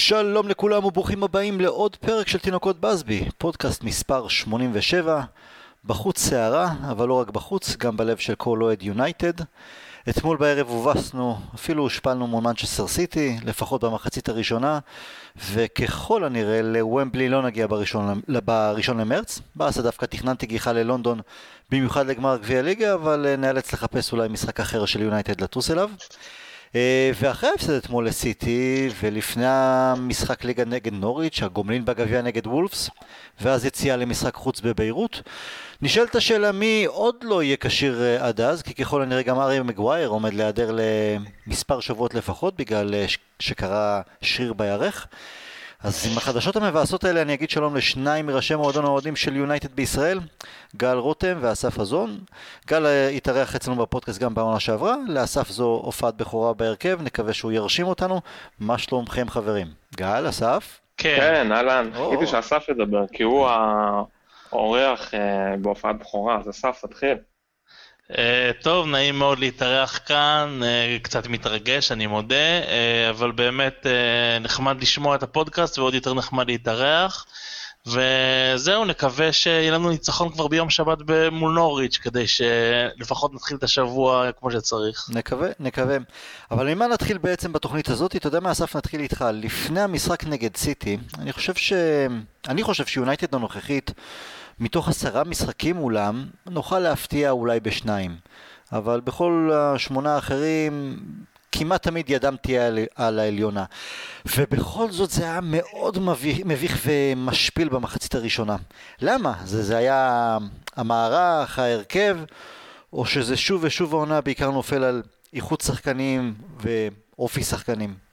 שלום לכולם וברוכים הבאים לעוד פרק של תינוקות בסבי, פודקאסט מספר 87, בחוץ סערה, אבל לא רק בחוץ, גם בלב של כל אוהד יונייטד. אתמול בערב הובסנו, אפילו הושפלנו מול מנצ'סטר סיטי, לפחות במחצית הראשונה, וככל הנראה לוומבלי לא נגיע בראשון למרץ. באסה דווקא תכננתי גיחה ללונדון, במיוחד לגמר גביע הליגה, אבל נאלץ לחפש אולי משחק אחר של יונייטד לטוס אליו. ואחרי ההפסד אתמול לסיטי, ולפני המשחק ליגה נגד נוריץ', הגומלין בגביע נגד וולפס, ואז יציאה למשחק חוץ בביירות, נשאלת השאלה מי עוד לא יהיה כשיר עד אז, כי ככל הנראה גם ארי מגווייר עומד להיעדר למספר שבועות לפחות, בגלל שקרה שריר בירך. אז עם החדשות המבאסות האלה אני אגיד שלום לשניים מראשי מועדון האוהדים של יונייטד בישראל, גל רותם ואסף אזון. גל התארח אצלנו בפודקאסט גם בעונה שעברה, לאסף זו הופעת בכורה בהרכב, נקווה שהוא ירשים אותנו. מה שלומכם חברים? גל, אסף? כן, אהלן, חיכיתי שאסף ידבר, כי הוא האורח בהופעת בכורה, אז אסף, תתחיל. טוב, נעים מאוד להתארח כאן, קצת מתרגש, אני מודה, אבל באמת נחמד לשמוע את הפודקאסט ועוד יותר נחמד להתארח, וזהו, נקווה שיהיה לנו ניצחון כבר ביום שבת מול נוריץ' כדי שלפחות נתחיל את השבוע כמו שצריך. נקווה. אבל ממה נתחיל בעצם בתוכנית הזאת? אתה יודע מה, אסף, נתחיל איתך. לפני המשחק נגד סיטי, אני חושב שיונייטד הנוכחית, מתוך 10 משחקים מולם, נוכל להפתיע אולי בשניים. אבל בכל 8 האחרים, כמעט תמיד ידם תהיה על העליונה. ובכל זאת זה היה מאוד מביך ומשפיל במחצית הראשונה. למה? זה היה המערך, ההרכב, או שזה שוב ושוב העונה בעיקר נופל על איכות שחקנים ואופי שחקנים?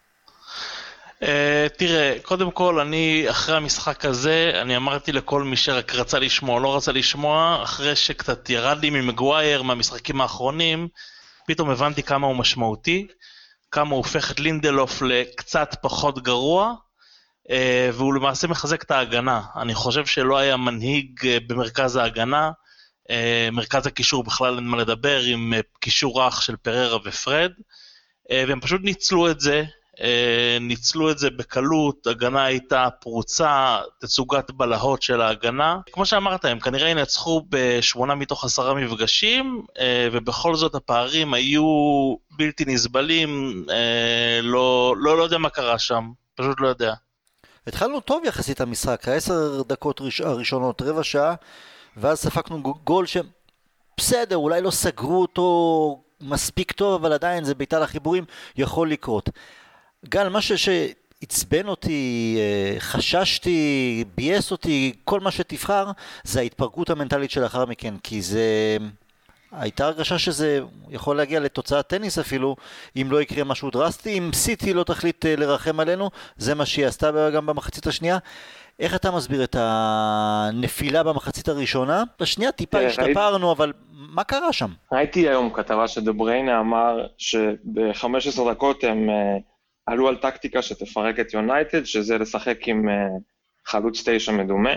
תראה, קודם כל אני אחרי המשחק הזה, אני אמרתי לכל מי שרק רצה לשמוע או לא רצה לשמוע, אחרי שקצת ירד לי ממגווייר מהמשחקים האחרונים, פתאום הבנתי כמה הוא משמעותי, כמה הוא הופך את לינדלוף לקצת פחות גרוע, והוא למעשה מחזק את ההגנה. אני חושב שלא היה מנהיג במרכז ההגנה, מרכז הקישור בכלל אין מה לדבר, עם קישור רך של פררה ופרד, והם פשוט ניצלו את זה בקלות, הגנה הייתה פרוצה, תצוגת בלהות של ההגנה. כמו שאמרת, הם כנראה ינצחו ב8 מתוך 10 מפגשים, ובכל זאת הפערים היו בלתי נסבלים, לא יודע מה קרה שם, פשוט לא יודע. התחלנו טוב יחסית המשחק, 10 דקות הראשונות, רבע שעה, ואז ספקנו גול שבסדר, אולי לא סגרו אותו מספיק טוב, אבל עדיין זה ביתה לחיבורים, יכול לקרות. גל, מה שעצבן אותי, חששתי, בייס אותי, כל מה שתבחר, זה ההתפרקות המנטלית שלאחר מכן, כי זה הייתה הרגשה שזה יכול להגיע לתוצאת טניס אפילו, אם לא יקרה משהו דרסטי, אם סיטי לא תחליט לרחם עלינו, זה מה שהיא עשתה גם במחצית השנייה. איך אתה מסביר את הנפילה במחצית הראשונה? בשנייה טיפה השתפרנו, אבל מה קרה שם? ראיתי היום כתבה שדבריינה אמר שב-15 דקות הם עלו על טקטיקה שתפרק את יונייטד, שזה לשחק עם חלוץ 9 מדומה.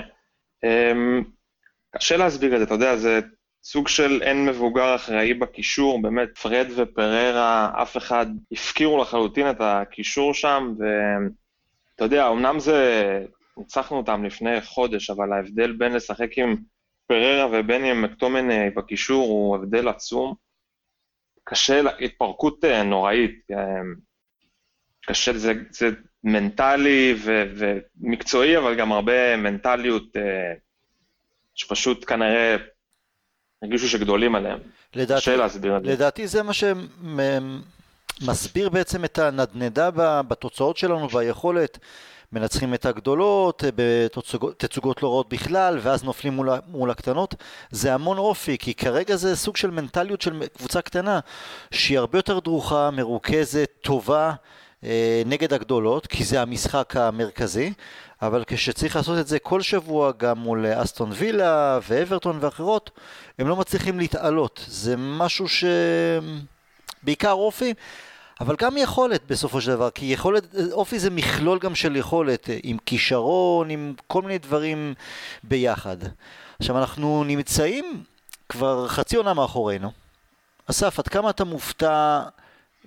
קשה להסביר את זה, אתה יודע, זה סוג של אין מבוגר אחראי בקישור, באמת פרד ופררה, אף אחד הפקירו לחלוטין את הקישור שם, ואתה יודע, אמנם ניצחנו אותם לפני חודש, אבל ההבדל בין לשחק עם פררה ובין עם מקטומני בקישור הוא הבדל עצום. קשה, התפרקות נוראית, קשה, זה מנטלי ומקצועי, אבל גם הרבה מנטליות שפשוט כנראה הרגישו שגדולים עליהם. קשה להסביר את זה. לדעתי זה מה שמסביר בעצם את הנדנדה בתוצאות שלנו והיכולת. מנצחים את הגדולות, בתצוגות לא רעות בכלל, ואז נופלים מול הקטנות. זה המון אופי, כי כרגע זה סוג של מנטליות של קבוצה קטנה, שהיא הרבה יותר דרוכה, מרוכזת, טובה, נגד הגדולות, כי זה המשחק המרכזי, אבל כשצריך לעשות את זה כל שבוע, גם מול אסטון וילה ואברטון ואחרות, הם לא מצליחים להתעלות. זה משהו שבעיקר אופי, אבל גם יכולת בסופו של דבר, כי יכולת, אופי זה מכלול גם של יכולת, עם כישרון, עם כל מיני דברים ביחד. עכשיו אנחנו נמצאים כבר חצי עונה מאחורינו. אסף, עד כמה אתה מופתע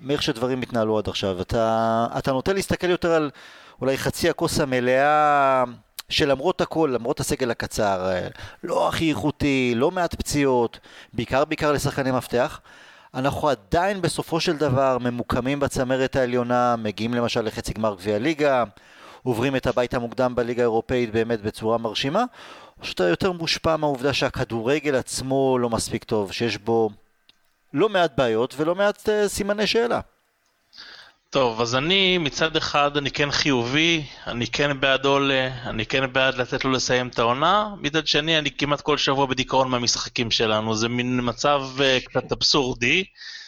מאיך שדברים התנהלו עד עכשיו. אתה נוטה להסתכל יותר על אולי חצי הכוס המלאה, שלמרות הכל, למרות הסגל הקצר, לא הכי איכותי, לא מעט פציעות, בעיקר לשחקני מפתח, אנחנו עדיין בסופו של דבר ממוקמים בצמרת העליונה, מגיעים למשל לחצי גמר גביע ליגה, עוברים את הבית המוקדם בליגה האירופאית באמת בצורה מרשימה, או שאתה יותר מושפע מהעובדה שהכדורגל עצמו לא מספיק טוב, שיש בו לא מעט בעיות ולא מעט סימני שאלה. טוב, אז אני מצד אחד אני כן חיובי, אני כן בעד עולה, אני כן בעד לתת לו לסיים את העונה, מצד שני אני כמעט כל שבוע בדיכאון מהמשחקים שלנו, זה מין מצב קצת אבסורדי.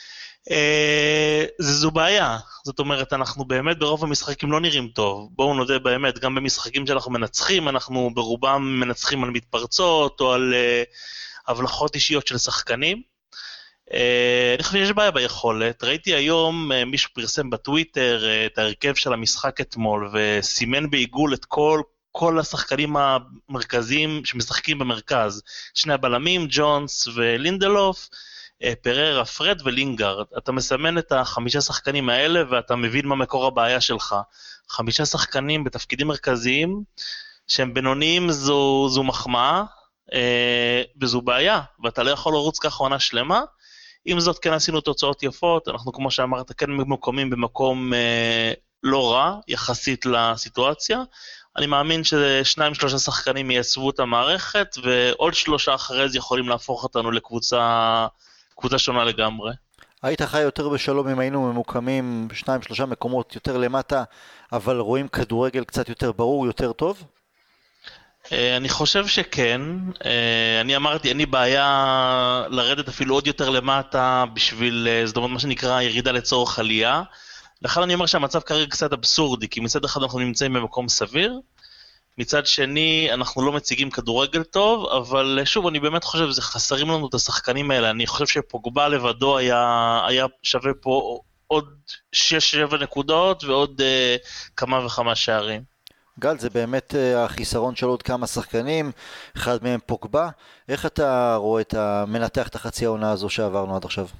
זו בעיה, זאת אומרת אנחנו באמת ברוב המשחקים לא נראים טוב, בואו נודה באמת, גם במשחקים שאנחנו מנצחים, אנחנו ברובם מנצחים על מתפרצות או על הבלחות אישיות של שחקנים. אני חושב שיש בעיה ביכולת, ראיתי היום מישהו פרסם בטוויטר את ההרכב של המשחק אתמול וסימן בעיגול את כל השחקנים המרכזיים שמשחקים במרכז, שני הבלמים, ג'ונס ולינדלוף, פררה, פרד ולינגארד. אתה מסמן את 5 שחקנים האלה ואתה מבין מה מקור הבעיה שלך. 5 שחקנים בתפקידים מרכזיים שהם בינוניים, זו מחמאה וזו בעיה, ואתה לא יכול לרוץ ככה עונה שלמה. עם זאת כן עשינו תוצאות יפות, אנחנו כמו שאמרת כן ממוקמים במקום לא רע יחסית לסיטואציה. אני מאמין ש2-3 שחקנים ייצבו את המערכת, ועוד 3 אחרי זה יכולים להפוך אותנו לקבוצה שונה לגמרי. היית חי יותר בשלום אם היינו ממוקמים 2-3 מקומות יותר למטה, אבל רואים כדורגל קצת יותר ברור, יותר טוב? אני חושב שכן, אני אמרתי, אין לי בעיה לרדת אפילו עוד יותר למטה בשביל, זאת אומרת מה שנקרא ירידה לצורך עלייה. לכן אני אומר שהמצב כרגע קצת אבסורדי, כי מצד אחד אנחנו נמצאים במקום סביר, מצד שני אנחנו לא מציגים כדורגל טוב, אבל שוב אני באמת חושב שזה חסרים לנו את השחקנים האלה, אני חושב שפוגבה לבדו היה שווה פה עוד 6-7 נקודות ועוד כמה וכמה שערים. גל, זה באמת החיסרון של עוד כמה שחקנים, אחד מהם פוגבה. איך אתה רואה את המנתח את החצי העונה הזו שעברנו עד עכשיו?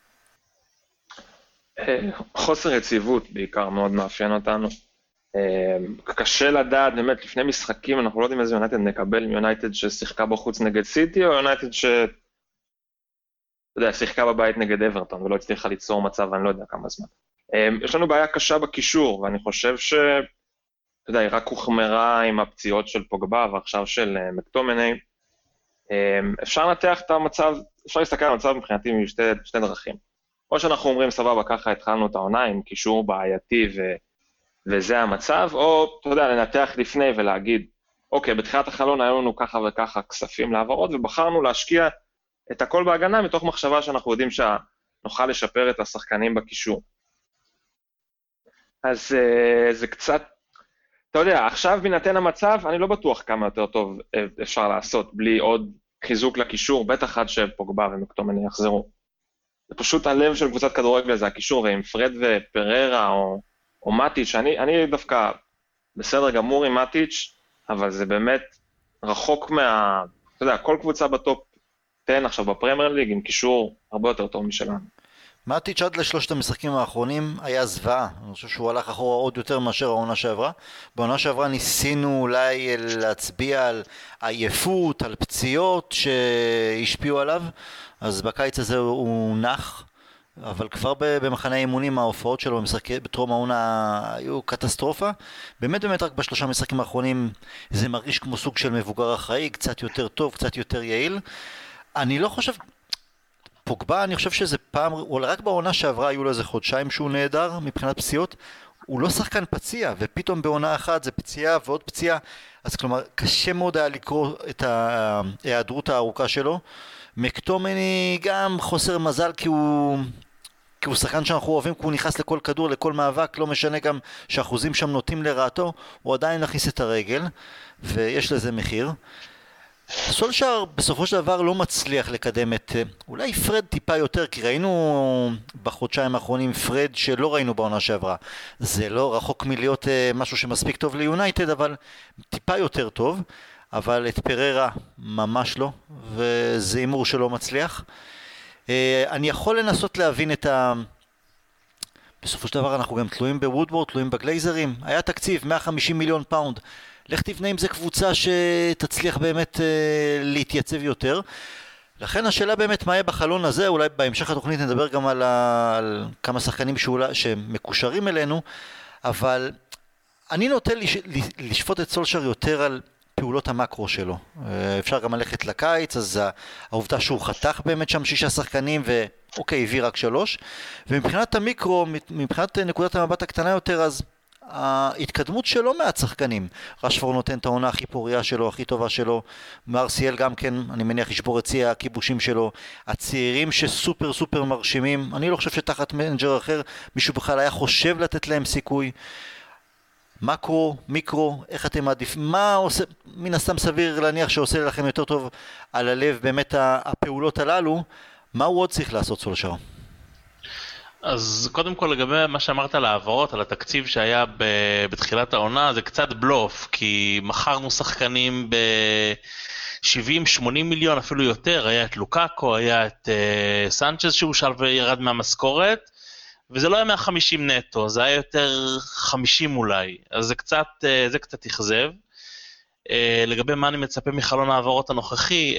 חוסר יציבות בעיקר מאוד מאפיין אותנו. קשה לדעת, באמת לפני משחקים אנחנו לא יודעים איזה יונייטד נקבל, יונייטד ששיחקה בחוץ נגד סיטי, או יונייטד שיחקה בבית נגד אברטון ולא הצליחה ליצור מצב, אני לא יודע כמה זמן. יש לנו בעיה קשה בקישור, ואני חושב היא רק הוחמרה עם הפציעות של פוגבה ועכשיו של מקטומני. אפשר לנתח את המצב, אפשר להסתכל על המצב מבחינתי משתי דרכים. או שאנחנו אומרים סבבה, ככה התחלנו את העונה עם קישור בעייתי וזה המצב, או לנתח לפני ולהגיד, אוקיי, בתחילת החלון היה לנו ככה וככה כספים לעברות, ובחרנו להשקיע את הכל בהגנה מתוך מחשבה שאנחנו יודעים שנוכל לשפר את השחקנים בקישור. אז זה קצת, אתה יודע, עכשיו בנתן המצב, אני לא בטוח כמה יותר טוב אפשר לעשות, בלי עוד חיזוק לקישור, בטח עד שפוגבה ומקטומני יחזרו. זה פשוט הלב של קבוצת כדורגל, זה הקישור, ועם פרד ופררה או מטיץ', אני דווקא בסדר גמור עם מטיץ', אבל זה באמת רחוק אתה יודע, כל קבוצה בטופ 10 עכשיו בפרמייר ליג, עם קישור הרבה יותר טוב משלנו. מטיץ' עד לשלושת המשחקים האחרונים היה זוועה, אני חושב שהוא הלך אחורה עוד יותר מאשר העונה שעברה. בעונה שעברה ניסינו אולי להצביע על עייפות, על פציעות שהשפיעו עליו, אז בקיץ הזה הוא נח, אבל כבר במחנה האימונים ההופעות שלו בטרום העונה היו קטסטרופה. באמת רק בשלושה המשחקים האחרונים זה מרגיש כמו סוג של מבוגר אחראי, קצת יותר טוב, קצת יותר יעיל. אני לא חושב, פוגבה, אני חושב שזה פעם, או רק בעונה שעברה היו לו איזה חודשיים שהוא נהדר מבחינת פציעות, הוא לא שחקן פציע, ופתאום בעונה אחת זה פציעה ועוד פציעה, אז כלומר קשה מאוד היה לקרוא את ההיעדרות הארוכה שלו. מקטומני גם חוסר מזל כי הוא שחקן שאנחנו אוהבים, כי הוא נכנס לכל כדור, לכל מאבק, לא משנה גם שהאחוזים שם נוטים לרעתו, הוא עדיין נכניס את הרגל, ויש לזה מחיר. סולשר בסופו של דבר לא מצליח לקדם אולי פרד טיפה יותר, כי ראינו בחודשיים האחרונים פרד שלא ראינו בעונה שעברה. זה לא רחוק מלהיות משהו שמספיק טוב ליונייטד, אבל טיפה יותר טוב. אבל את פררה ממש לא, וזה אימור שלא מצליח. אני יכול לנסות להבין בסופו של דבר אנחנו גם תלויים בוודוורד, תלויים בגלייזרים, היה תקציב 150 מיליון פאונד, לך תבנה עם זה קבוצה שתצליח באמת להתייצב יותר. לכן השאלה באמת מה יהיה בחלון הזה, אולי בהמשך התוכנית נדבר גם על כמה שחקנים שמקושרים אלינו, אבל אני נוטה לשפוט את סולשר יותר על פעולות המקרו שלו. אפשר גם ללכת לקיץ, אז העובדה שהוא חתך באמת שם 6 שחקנים ואוקיי, הביא רק 3, ומבחינת המיקרו, מבחינת נקודת המבט הקטנה יותר, אז ההתקדמות שלו מעט שחקנים. רשפורד נותן את העונה הכי פוריה שלו, הכי טובה שלו, מרסיאל גם כן, אני מניח ישבור את שיא הכיבושים שלו, הצעירים שסופר סופר מרשימים, אני לא חושב שתחת מנג'ר אחר מישהו בכלל היה חושב לתת להם סיכוי. מקרו, מיקרו, איך אתם מעדיפים, מה עושה, מן הסתם סביר להניח שעושה לכם יותר טוב על הלב באמת הפעולות הללו, מה הוא עוד צריך לעשות סולשר? אז קודם כל לגבי מה שאמרת על העברות, על התקציב שהיה בתחילת העונה, זה קצת בלוף, כי מכרנו שחקנים ב-70-80 מיליון, אפילו יותר, היה את לוקאקו, היה את סנצ'ז שהוא שאל וירד מהמשכורת, וזה לא היה 150 נטו, זה היה יותר 50 אולי, אז זה קצת יחזב. לגבי מה אני מצפה מחלון העברות הנוכחי,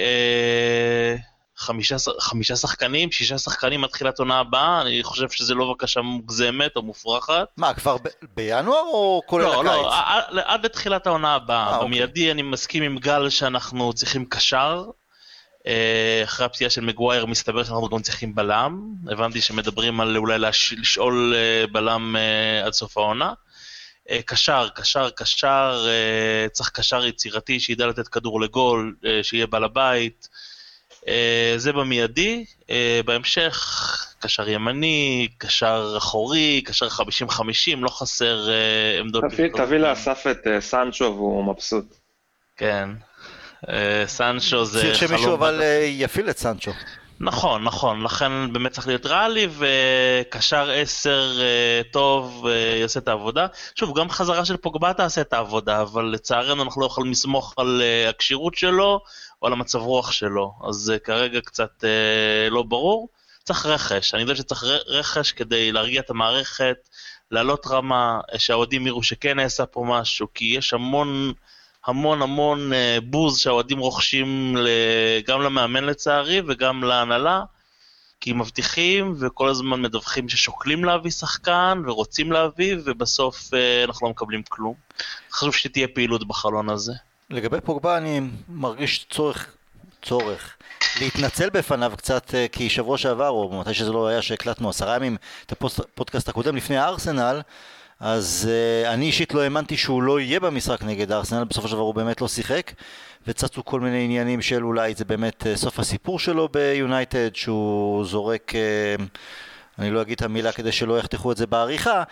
5 שחקנים, 6 שחקנים עד תחילת עונה הבאה, אני חושב שזה לא בקשה מוגזמת או מופרכת. מה, כבר בינואר או כולל הקיץ? לא, עד לתחילת העונה הבאה. במיידי אני מסכים עם גל שאנחנו צריכים קשר, אחרי הפציעה של מגווייר מסתבר שאנחנו גם צריכים בלם, הבנתי שמדברים על אולי לשאול בלם עד סוף העונה. קשר, צריך קשר יצירתי שידע לתת כדור לגול, שיהיה בעל הבית, זה במיידי. בהמשך קשר ימני, קשר אחורי, קשר 50-50, לא חסר עמדות. תביא לאסף את סנצ'ו והוא מבסוט. כן, סנצ'ו זה צריך שמישהו אבל יפיל את סנצ'ו. נכון, לכן באמת צריך להיות ריאלי, וקשר 10 טוב יעשה את העבודה. שוב, גם חזרה של פוגבה תעשה את העבודה, אבל לצערנו אנחנו לא יכולים לסמוך על הקשירות שלו, או על המצב רוח שלו, אז כרגע קצת לא ברור. צריך רכש, אני יודע שצריך רכש כדי להרגיע את המערכת, לעלות רמה, שהאוהדים יראו שכן נעשה פה משהו, כי יש המון בוז שהאוהדים רוכשים גם למאמן לצערי וגם להנהלה, כי מבטיחים וכל הזמן מדווחים ששוקלים להביא שחקן ורוצים להביא, ובסוף אנחנו לא מקבלים כלום. חשוב שתהיה פעילות בחלון הזה. לגבי פוגבה אני מרגיש צורך להתנצל בפניו קצת, כי שבוע שעבר, או מתי שזה לא היה שהקלטנו 10 ימים את הפודקאסט הקודם לפני הארסנל, אז אני אישית לא האמנתי שהוא לא יהיה במשחק נגד הארסנל, בסופו של דבר הוא באמת לא שיחק, וצצו כל מיני עניינים של אולי זה באמת סוף הסיפור שלו ביונייטד, שהוא זורק, אני לא אגיד את המילה כדי שלא יחתכו את זה בעריכה,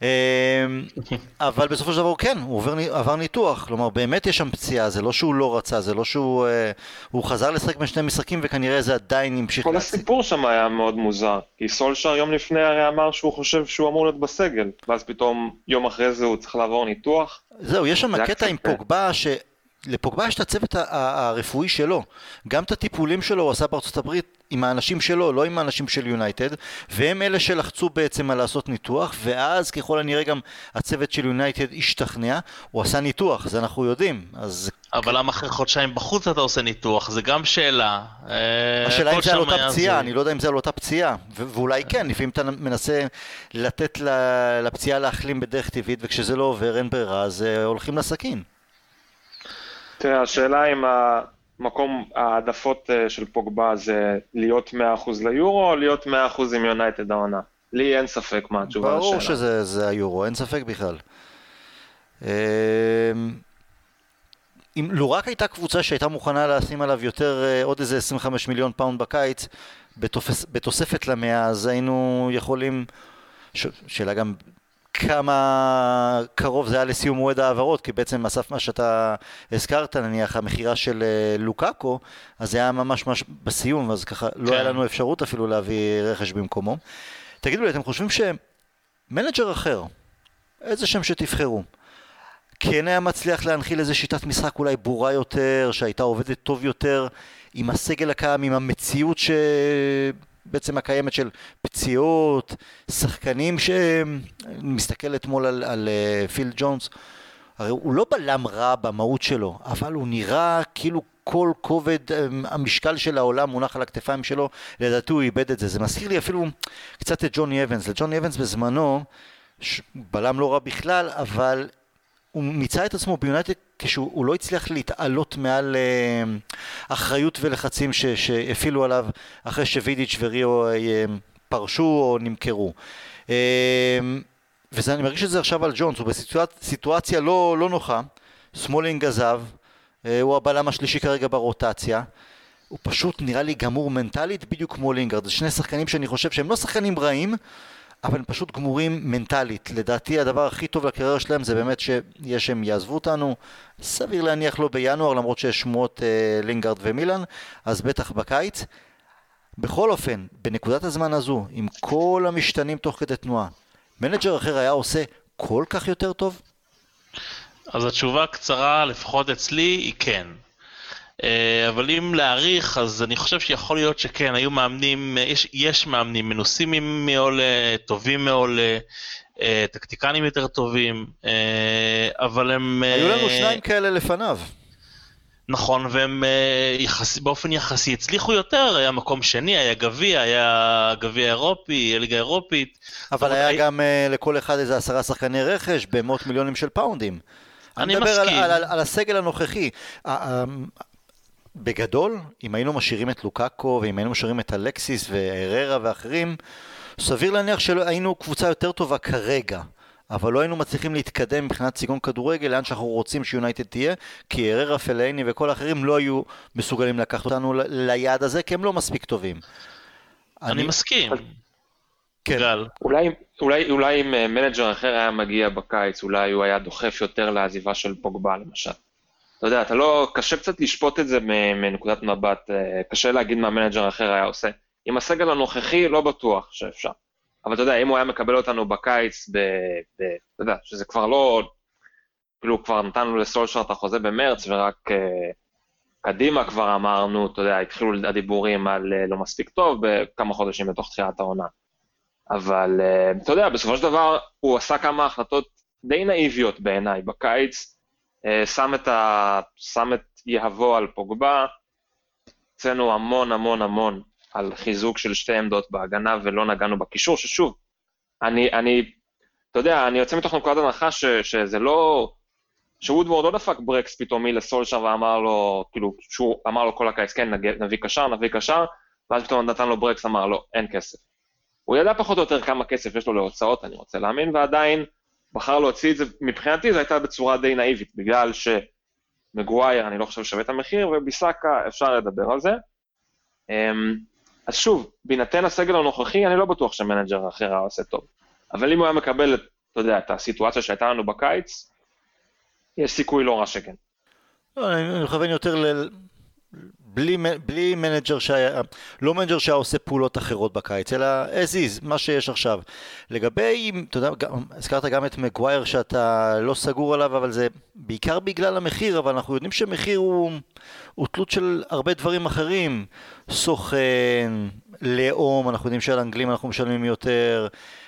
אבל בסופו של דבר כן, הוא עבר ניתוח, כלומר באמת יש שם פציעה, זה לא שהוא לא רצה, זה לא שהוא חזר לשחק בין 2 משחקים וכנראה זה עדיין המשיך כל הסיפור שם היה מאוד מוזר, כי סולשר יום לפני הרי אמר שהוא חושב שהוא אמור להיות בסגל, ואז פתאום יום אחרי זה הוא צריך לעבור ניתוח. זהו, יש שם קטע עם פוגבה לפוגבה יש את הצוות הרפואי שלו, גם את הטיפולים שלו הוא עשה בארצות הברית עם האנשים שלו, לא עם האנשים של יונייטד, והם אלה שלחצו בעצם על לעשות ניתוח, ואז ככל הנראה גם הצוות של יונייטד השתכנע, הוא עשה ניתוח, זה אנחנו יודעים. אבל למה אחרי חודשיים בחוץ אתה עושה ניתוח? זה גם שאלה. השאלה אם זה על אותה פציעה, אני לא יודע אם זה על אותה פציעה, ואולי כן, לפעמים אתה מנסה לתת לפציעה להחלים בדרך טבעית, וכשזה לא עובר אין ברירה, אז הולכים לסכין. תראה, השאלה אם המקום, העדפות של פוגבה זה להיות 100% ליורו, או להיות 100% עם יונייטד העונה. לי אין ספק מה התשובה לשאלה. ברור שזה היורו, אין ספק בכלל. לו רק הייתה קבוצה שהייתה מוכנה לשים עליו יותר, עוד איזה 25 מיליון פאונד בקיץ, בתוספת למאה, אז היינו יכולים, שאלה גם כמה קרוב זה היה לסיום מועד העברות, כי בעצם אסף מה שאתה הזכרת, נניח המחירה של לוקאקו, אז זה היה ממש בסיום, אז ככה לא היה לנו אפשרות אפילו להביא רכש במקומו. תגידו לי, אתם חושבים שמנג'ר אחר, איזה שם שתבחרו, כן היה מצליח להנחיל איזה שיטת משחק אולי ברורה יותר, שהייתה עובדת טוב יותר, עם הסגל הקיים, עם המציאות בעצם הקיימת של פציעות, שחקנים שמסתכל אתמול על פיל ג'ונס, הרי הוא לא בלם רע במהות שלו, אבל הוא נראה כאילו כל כובד המשקל של העולם מונח על הכתפיים שלו, לדעתי הוא איבד את זה. זה מזכיר לי אפילו קצת את ג'וני אבנס. לג'וני אבנס בזמנו, בלם לא רע בכלל, אבל הוא מיצא את עצמו ביונייטד כשהוא לא הצליח להתעלות מעל אחריות ולחצים שהפעילו עליו אחרי שווידיץ' וריו פרשו או נמכרו. וזה, אני מרגיש שזה עכשיו על ג'ונס, הוא בסיטואציה לא נוחה, סמולינג עזב, הוא הבלם השלישי כרגע ברוטציה, הוא פשוט נראה לי גמור מנטלית בדיוק כמו לינגרד. זה שני שחקנים שאני חושב שהם לא שחקנים רעים, אבל הם פשוט גמורים מנטלית. לדעתי הדבר הכי טוב לקריירה שלהם זה באמת שיש שהם יעזבו אותנו, סביר להניח לא בינואר, למרות שיש שמועות לינגרד ומילן, אז בטח בקיץ. בכל אופן, בנקודת הזמן הזו, עם כל המשתנים תוך כדי תנועה, מנג'ר אחר היה עושה כל כך יותר טוב? אז התשובה הקצרה, לפחות אצלי, היא כן. אבל אם להעריך, אז אני חושב שיכול להיות שכן, היו מאמנים, יש מאמנים מנוסים מעולה, טובים מעולה, טקטיקנים יותר טובים, אבל הם... היו לנו שניים כאלה לפניו. נכון, והם באופן יחסי הצליחו יותר, היה מקום שני, היה גביע, היה גביע אירופי, ליגה אירופית. אבל היה גם לכל אחד איזה 10 שחקני רכש במאות מיליונים של פאונדים. אני מדבר מסכים. על הסגל הנוכחי. בגדול, אם היינו משאירים את לוקאקו, ואם היינו משאירים את אלקסיס והררה ואחרים, סביר להניח שהיינו קבוצה יותר טובה כרגע. אבל לא היינו מצליחים להתקדם מבחינת סגנון כדורגל לאן שאנחנו רוצים שיונייטד תהיה, כי הררה, פלאיני וכל האחרים לא היו מסוגלים לקחת אותנו ליעד הזה, כי הם לא מספיק טובים. אני מסכים. כן. גל. אולי אם מנג'ר אחר היה מגיע בקיץ, אולי הוא היה דוחף יותר לעזיבה של פוגבה למשל. אתה יודע, קשה קצת לשפוט את זה מנקודת מבט, קשה להגיד מה מנג'ר אחר היה עושה. עם הסגל הנוכחי לא בטוח שאפשר. אבל אתה יודע, אם הוא היה מקבל אותנו בקיץ, אתה יודע, שזה כבר לא, כאילו כבר נתנו לסולשר את החוזה במרץ, ורק קדימה כבר אמרנו, אתה יודע, התחילו הדיבורים על לא מספיק טוב, בכמה חודשים בתוך תחילת העונה. אבל אתה יודע, בסופו של דבר, הוא עשה כמה החלטות די נאיביות בעיניי בקיץ, שם את יהבו על פוגבה, אצלנו המון על חיזוק של שתי עמדות בהגנה, ולא נגענו בקישור, ששוב, אתה יודע, אני יוצא מתוך נקודת הנחה שזה לא, שוודוורד לא דפק ברקס פתאומי לסולשר ואמר לו, כאילו, שהוא אמר לו כל הקיץ, כן, נביא קשר, ואז פתאום נתן לו ברקס, אמר לו, אין כסף. הוא ידע פחות או יותר כמה כסף יש לו להוצאות, אני רוצה להאמין, ועדיין בחר להוציא את זה, מבחינתי זה הייתה בצורה די נאיבית, בגלל שמגווייר, אני לא חושב שווה את המחיר, וביסאקה אפשר לדבר על זה. אז שוב, בהינתן הסגל הנוכחי, אני לא בטוח שמנג'ר אחר היה עושה טוב. אבל אם הוא היה מקבל, אתה יודע, את הסיטואציה שהייתה לנו בקיץ, יש סיכוי לא רע שכן. לא, אני מכוון יותר בלי מנג'ר שהיה, לא מנג'ר שהיה עושה פעולות אחרות בקיץ, אלא as is, מה שיש עכשיו. לגבי, אתה יודע, הזכרת גם את מגווייר שאתה לא סגור עליו, אבל זה בעיקר בגלל המחיר, אבל אנחנו יודעים שמחיר הוא תלות של הרבה דברים אחרים, סוכן, לאום, אנחנו יודעים שעל אנגלים אנחנו משלמים יותר,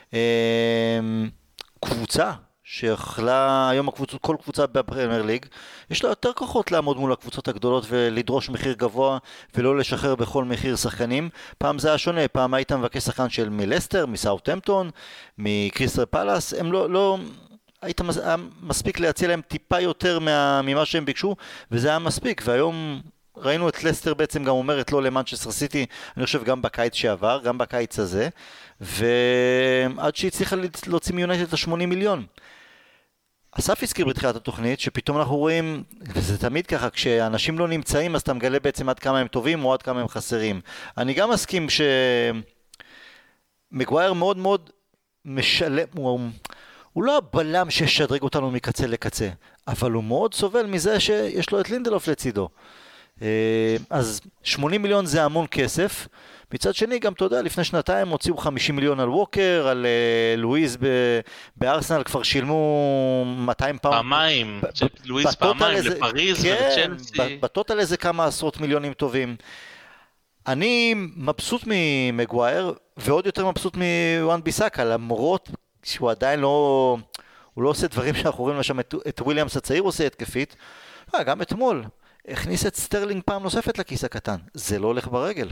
קבוצה, שיכלה, היום כל קבוצה בפרמייר ליג, יש לה יותר כוחות לעמוד מול הקבוצות הגדולות ולדרוש מחיר גבוה ולא לשחרר בכל מחיר שחקנים. פעם זה היה שונה, פעם היית מבקש שחקן של מלסטר, מסאות'המפטון, מקריסטל פלאס, הם לא היית מספיק להציע להם טיפה יותר ממה שהם ביקשו, וזה היה מספיק, והיום ראינו את לסטר בעצם גם אומרת לא למנצ'סטר סיטי, אני חושב גם בקיץ שעבר, גם בקיץ הזה, ועד שהצליחה להוציא מיונייטד את ה-80 מיליון. אסף הזכיר בתחילת התוכנית שפתאום אנחנו רואים, וזה תמיד ככה, כשאנשים לא נמצאים אז אתה מגלה בעצם עד כמה הם טובים או עד כמה הם חסרים. אני גם מסכים שמגווייר מאוד מאוד משלם, הוא לא הבלם ששדרג אותנו מקצה לקצה, אבל הוא מאוד סובל מזה שיש לו את לינדלוף לצידו. אז 80 מיליון זה המון כסף. מצד שני גם אתה יודע, לפני שנתיים הוציאו 50 מיליון על ווקר, על לואיז בארסנל כבר שילמו 200 פעם. פעמיים, לואיז פעמיים לפריז ולצ'לסי. בטוטל איזה כמה עשרות מיליונים טובים. אני מבסוט ממגווייר, ועוד יותר מבסוט מוואן ביסאקה, למרות שהוא עדיין לא, הוא לא עושה דברים שאנחנו רואים לשם את וויליאמס הצעיר עושה התקפית, גם אתמול, הכניס את סטרלינג פעם נוספת לכיס הקטן, זה לא הולך ברגל.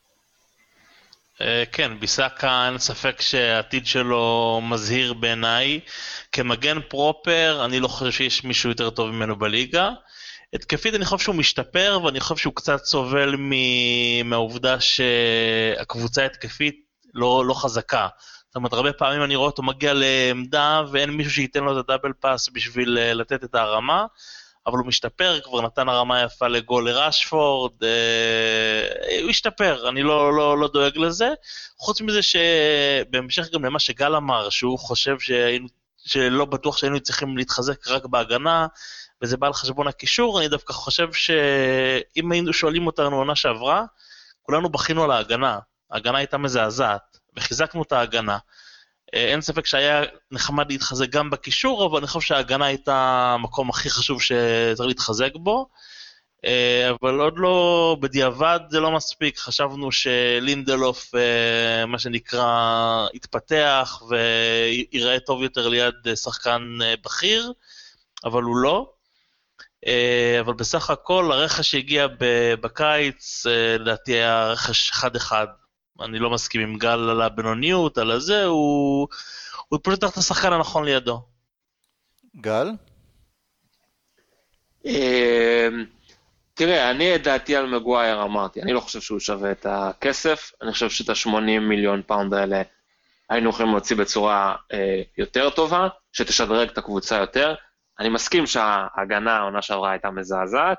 כן, ביסאקה אין ספק שהעתיד שלו מזהיר בעיניי, כמגן פרופר אני לא חושב שיש מישהו יותר טוב ממנו בליגה, התקפית אני חושב שהוא משתפר, ואני חושב שהוא קצת סובל מהעובדה שהקבוצה התקפית לא חזקה. זאת אומרת, הרבה פעמים אני רואה אותו מגיע לעמדה, ואין מישהו שייתן לו את הדאבל פאס בשביל לתת את הרמה, אבל הוא משתפר, כבר נתן הרמה יפה לגול לרשפורד, הוא השתפר, אני לא דואג לזה. חוץ מזה שבהמשך גם למה שגל אמר, שהוא חושב שלא בטוח שהיינו צריכים להתחזק רק בהגנה, וזה בא על חשבון הקישור, אני דווקא חושב שאם היינו שואלים אותנו עונה שעברה, כולנו בכינו על ההגנה, ההגנה הייתה מזעזעת, וחיזקנו את ההגנה. אין ספק שהיה נחמד להתחזק גם בקישור, אבל אני חושב שההגנה הייתה המקום הכי חשוב שצריך להתחזק בו, אבל עוד לא, בדיעבד זה לא מספיק, חשבנו שלינדלוף, מה שנקרא, יתפתח ויראה טוב יותר ליד שחקן בכיר, אבל הוא לא. אבל בסך הכל הרכש שהגיע בקיץ, לדעתי היה רכש 1-1, אני לא מסכים עם גל על הבינוניות, על הזה, הוא פשוט תחת השחקן הנכון לידו. גל? תראה, אני את דעתי על מגווייר אמרתי, אני לא חושב שהוא שווה את הכסף, אני חושב שאת ה-80 מיליון פאונד האלה היינו יכולים להוציא בצורה יותר טובה, שתשדרג את הקבוצה יותר. אני מסכים שההגנה העונה שעברה הייתה מזעזעת,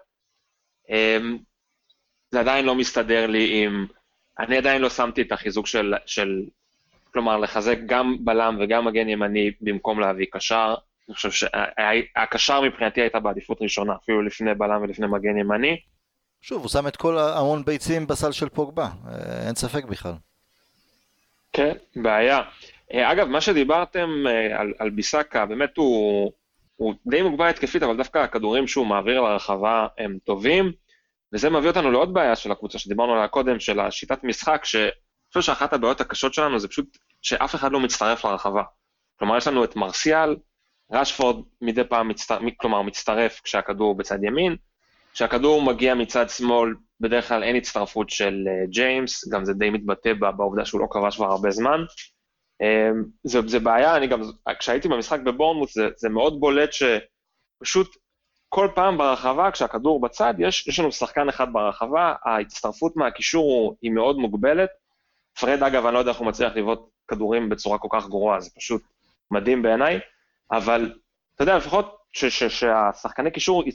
זה עדיין לא מסתדר לי עם, אני עדיין לא שמתי את החיזוק של כלומר לחזק גם בלם וגם מגן ימני במקום להביא קשר, אני חושב שהקשר מבחינתי הייתה בעדיפות ראשונה, אפילו לפני בלם ולפני מגן ימני. שוב, הוא שם את כל המון ביצים בסל של פוגבה, אין ספק בכלל. כן, בעיה. אגב, מה שדיברתם על ביסאקה, באמת הוא די מוגבל התקפית, אבל דווקא הכדורים שהוא מעביר לרחבה הם טובים, וזה מביא אותנו לעוד בעיה של הקבוצה שדיברנו עליה קודם, של השיטת משחק, שאני חושב שאחת הבעיות הקשות שלנו זה פשוט שאף אחד לא מצטרף לרחבה. כלומר, יש לנו את מרסיאל, רשפורד מדי פעם מצטרף כשהכדור בצד ימין, כשהכדור מגיע מצד שמאל, בדרך כלל אין הצטרפות של ג'יימס, גם זה די מתבטא בעובדה שהוא לא כבש כבר הרבה זמן. זה בעיה, אני גם, כשהייתי במשחק בבורנמוט, זה מאוד בולט שפשוט כל פעם ברחבה, כשהכדור בצד, יש לנו שחקן אחד ברחבה, ההצטרפות מהקישור היא מאוד מוגבלת. פרד, אגב, אני לא יודע איך הוא מצליח לבעוט כדורים בצורה כל כך גרועה, זה פשוט מדהים בעיניי, אבל אתה יודע, לפחות שהשחקני קישור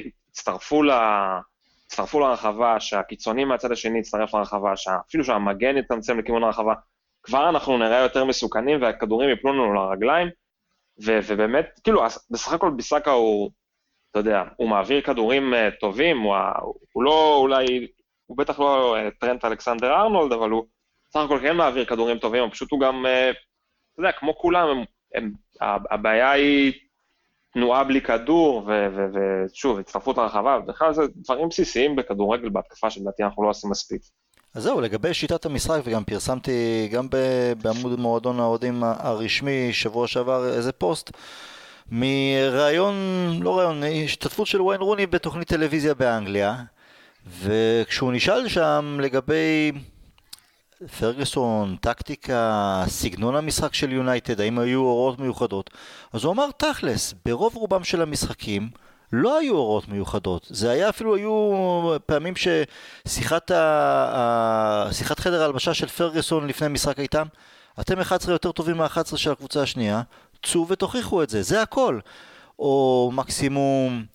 הצטרפו לרחבה, שהקיצונים מהצד השני יצטרף לרחבה, אפילו שהמגן יתמצם לכיוון הרחבה, כבר אנחנו נראה יותר מסוכנים, והכדורים יפלו לנו לרגליים, ובאמת, כאילו, בסך הכל ביסאקה הוא, אתה יודע, הוא מעביר כדורים טובים, הוא לא אולי, הוא בטח לא טרנט אלכסנדר ארנולד, אבל הוא בסך הכל כן מעביר כדורים טובים, פשוט הוא גם, אתה יודע, כמו כולם, הבעיה היא תנועה בלי כדור, ושוב, הצטרפות לרחבה, ובכלל זה דברים בסיסיים בכדורגל בהתקפה שלדעתי אנחנו לא עושים מספיק. אז זהו, לגבי שיטת המשחק, וגם פרסמתי גם בעמוד מועדון האוהדים הרשמי שבוע שעבר איזה פוסט, מראיון, לא ראיון, השתתפות של ויין רוני בתוכנית טלוויזיה באנגליה, וכשהוא נשאל שם לגבי פרגוסון, טקטיקה, סגנון המשחק של יונייטד, האם היו הוראות מיוחדות, אז הוא אמר תכלס, ברוב רובם של המשחקים, לא היו הוראות מיוחדות, זה היה אפילו, היו פעמים ששיחת חדר ההלבשה של פרגוסון לפני משחק הייתה, אתם 11 יותר טובים מה-11 של הקבוצה השנייה, צאו ותוכיחו את זה, זה הכל. או מקסימום,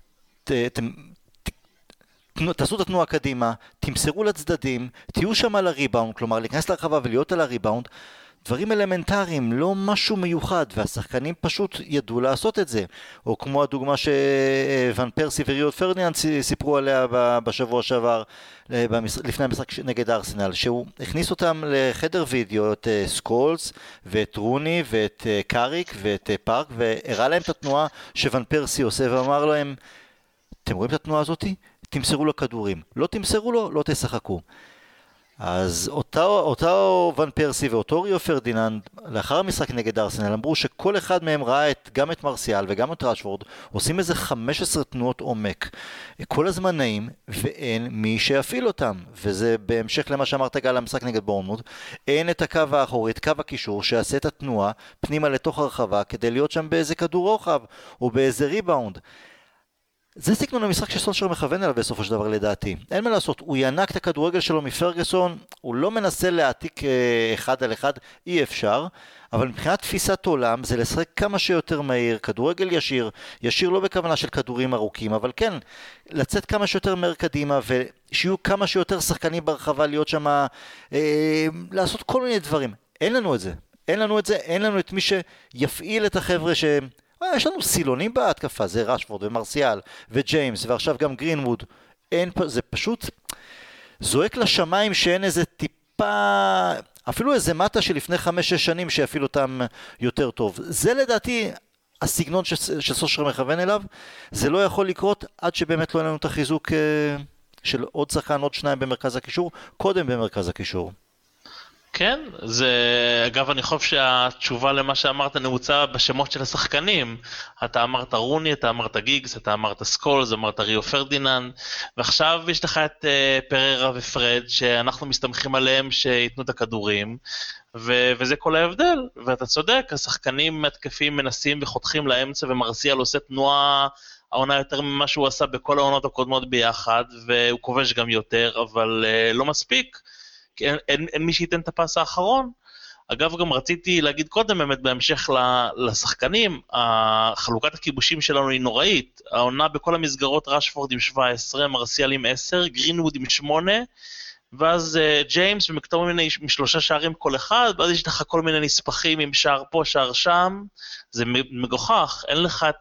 תעשו את התנועה קדימה, תמסרו לצדדים, תהיו שם על הריבאונד, כלומר להיכנס לרחבה ולהיות על הריבאונד, דברים אלמנטריים, לא משהו מיוחד, והשחקנים פשוט ידעו לעשות את זה. או כמו הדוגמה שוון פרסי וריו פרדיננד סיפרו עליה בשבוע שעבר, לפני המשחק נגד ארסנל, שהוא הכניס אותם לחדר וידאו, את סקולס ואת רוני ואת קאריק ואת פארק, והראה להם את התנועה שוון פרסי עושה, ואמר להם, אתם רואים את התנועה הזאת? תמסרו לו כדורים. לא תמסרו לו, לא תשחקו. אז אותו ון פרסי ואותו ריו פרדיננד, לאחר המשחק נגד ארסנל, אמרו שכל אחד מהם ראה גם את מרסיאל וגם את רשפורד, עושים איזה 15 תנועות עומק. כל הזמן נעים, ואין מי שיפעיל אותם. וזה בהמשך למה שאמרת גל, המשחק נגד בורנמוט, אין את הקו האחורי, את קו הקישור, שיעשה את התנועה פנימה לתוך הרחבה, כדי להיות שם באיזה כדור רוחב, או באיזה ריבאונד. זה סגנון המשחק שסולשר מכוון אליו בסופו של דבר לדעתי. אין מה לעשות, הוא ינק את הכדורגל שלו מפרגוסון, הוא לא מנסה להעתיק אחד על אחד, אי אפשר, אבל מבחינת תפיסת עולם זה לשחק כמה שיותר מהיר, כדורגל ישיר, ישיר לא בכוונה של כדורים ארוכים, אבל כן, לצאת כמה שיותר מהר קדימה, ושיהיו כמה שיותר שחקנים ברחבה, להיות שם, לעשות כל מיני דברים. אין לנו את זה, אין לנו את מי שיפעיל את החבר'ה יש לנו סילונים בהתקפה, זה רשפורד ומרסיאל וג'יימס ועכשיו גם גרינווד, זה פשוט זועק לשמיים שאין איזה טיפה, אפילו איזה מטה שלפני 5-6 שנים שיפעיל אותם יותר טוב. זה לדעתי הסגנון שסושר מכוון אליו, זה לא יכול לקרות עד שבאמת לא אין לנו את החיזוק של עוד שחקן, עוד שניים במרכז הקישור, קודם במרכז הקישור. כן, זה, אגב, אני חושב שהתשובה למה שאמרת נעוצה בשמות של השחקנים. אתה אמרת רוני, אתה אמרת גיגס, אתה אמרת סקולס, אמרת ריו פרדיננד, ועכשיו יש לך את פררה ופרד, שאנחנו מסתמכים עליהם שיתנו את הכדורים, וזה כל ההבדל, ואתה צודק, השחקנים התקפים מנסים וחותכים לאמצע, ומרסיאל עושה תנועה העונה יותר ממה שהוא עשה בכל העונות הקודמות ביחד, והוא כובש גם יותר, אבל לא מספיק, אין מי שייתן את הפס האחרון. אגב, גם רציתי להגיד קודם, באמת בהמשך לשחקנים, חלוקת הכיבושים שלנו היא נוראית. העונה בכל המסגרות, רשפורד עם 17, מרסיאל עם 10, גרינווד עם 8, ואז ג'יימס ומקטומיני עם 3 שערים כל אחד, ואז יש לך כל מיני נספחים עם שער פה, שער שם. זה מגוחך, אין לך את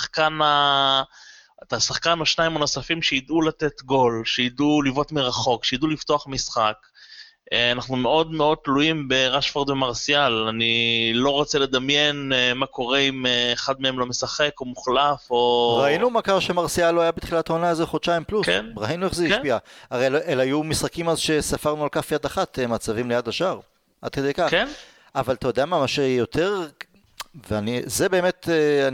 השחקן או שניים הנוספים שידעו לתת גול, שידעו לבעוט מרחוק, שידעו לפתוח משחק. אנחנו מאוד מאוד תלויים ברשפורד ומרסיאל, אני לא רוצה לדמיין מה קורה אם אחד מהם לא משחק או מוחלף או... ראינו מה קרה שמרסיאל לא היה בתחילת העונה הזה חודשיים פלוס, כן? ראינו איך זה השפיע, הרי אלה היו משחקים אז שספרנו על כף יד אחת מצבים ליד השאר, עד כדי כך, כן? אבל אתה יודע מה שיותר, זה באמת,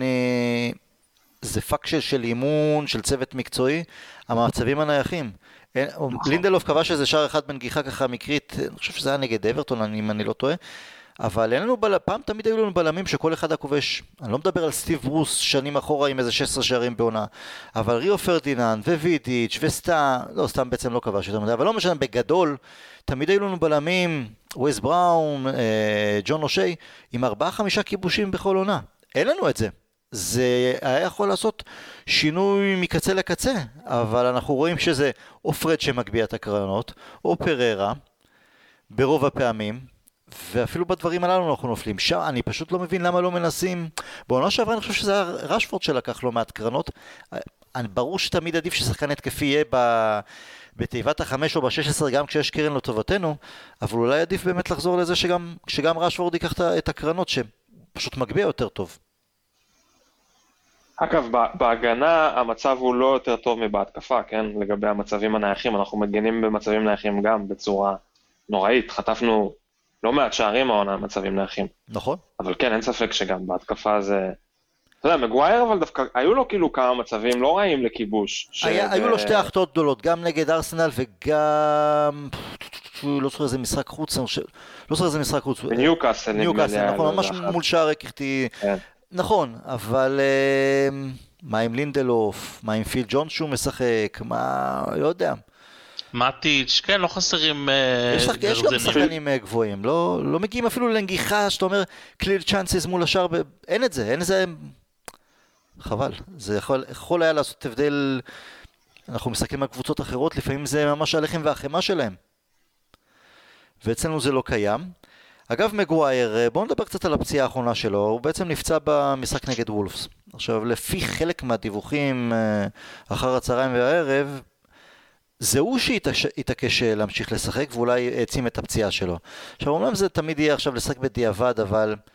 זה פאק של אימון, של צוות מקצועי, המצבים הנייחים, לינדלוף קבע שזה שער אחד בנגיחה ככה מקרית, אני חושב שזה היה נגד אברטון אם אני לא טועה, אבל אין לנו פעם תמיד היו לנו בלמים שכל אחד הכובש, אני לא מדבר על סטיב ברוס שנים אחורה עם איזה 16 שערים בעונה, אבל ריו פרדיננד ווידיץ' סתם בעצם לא כבש יותר מדי, אבל לא משנה, בגדול תמיד היו לנו בלמים, וויס בראון, ג'ון אושי, עם 4-5 כיבושים בכל עונה, אין לנו את זה. זה היה יכול לעשות שינוי מקצה לקצה, אבל אנחנו רואים שזה או פרד שמגביע את הקרנות, או פררה, ברוב הפעמים, ואפילו בדברים הללו אנחנו נופלים. שם אני פשוט לא מבין למה לא מנסים, בעונה שעברה אני חושב שזה היה רשפורד שלקח לו מעט קרנות, ברור שתמיד עדיף ששחקן התקפי יהיה בתיבת ה-5 או ב-16 גם כשיש קרן לטובתנו, אבל אולי עדיף באמת לחזור לזה שגם רשפורד ייקח את הקרנות שפשוט מגביע יותר טוב. אגב, בהגנה המצב הוא לא יותר טוב מבהתקפה, כן? לגבי המצבים הנייחים, אנחנו מגנים במצבים נייחים גם בצורה נוראית, חטפנו לא מעט שערים העונה מצבים נייחים. נכון. אבל כן, אין ספק שגם בהתקפה זה... אתה יודע, מגווייר אבל דווקא, היו לו כאילו כמה מצבים לא רעים לכיבוש. היו לו 2 החטאות גדולות, גם נגד ארסנל וגם... לא זוכר איזה משחק חוץ, בניוקאסל, נכון, ממש מול שער הקחתי... נכון, אבל מה עם לינדלוף, מה עם פיל ג'ון שהוא משחק, מה, לא יודע. מטיץ', כן, לא חסרים יש גם שחקנים גבוהים, לא מגיעים אפילו לנגיחה שאתה אומר clear chances מול השאר, אין את זה, חבל, זה יכול היה לעשות הבדל, אנחנו משחקים על קבוצות אחרות, לפעמים זה ממש הלחם והחמה שלהם, ואצלנו זה לא קיים. אגב מגווייר, בואו נדבר קצת על הפציעה האחרונה שלו, הוא בעצם נפצע במשחק נגד וולפס. עכשיו, לפי חלק מהדיווחים אחר הצהריים והערב, זה הוא שהתעקש להמשיך לשחק, ואולי העצים את הפציעה שלו. עכשיו, אומנם זה תמיד יהיה עכשיו לשחק בדיעבד, אבל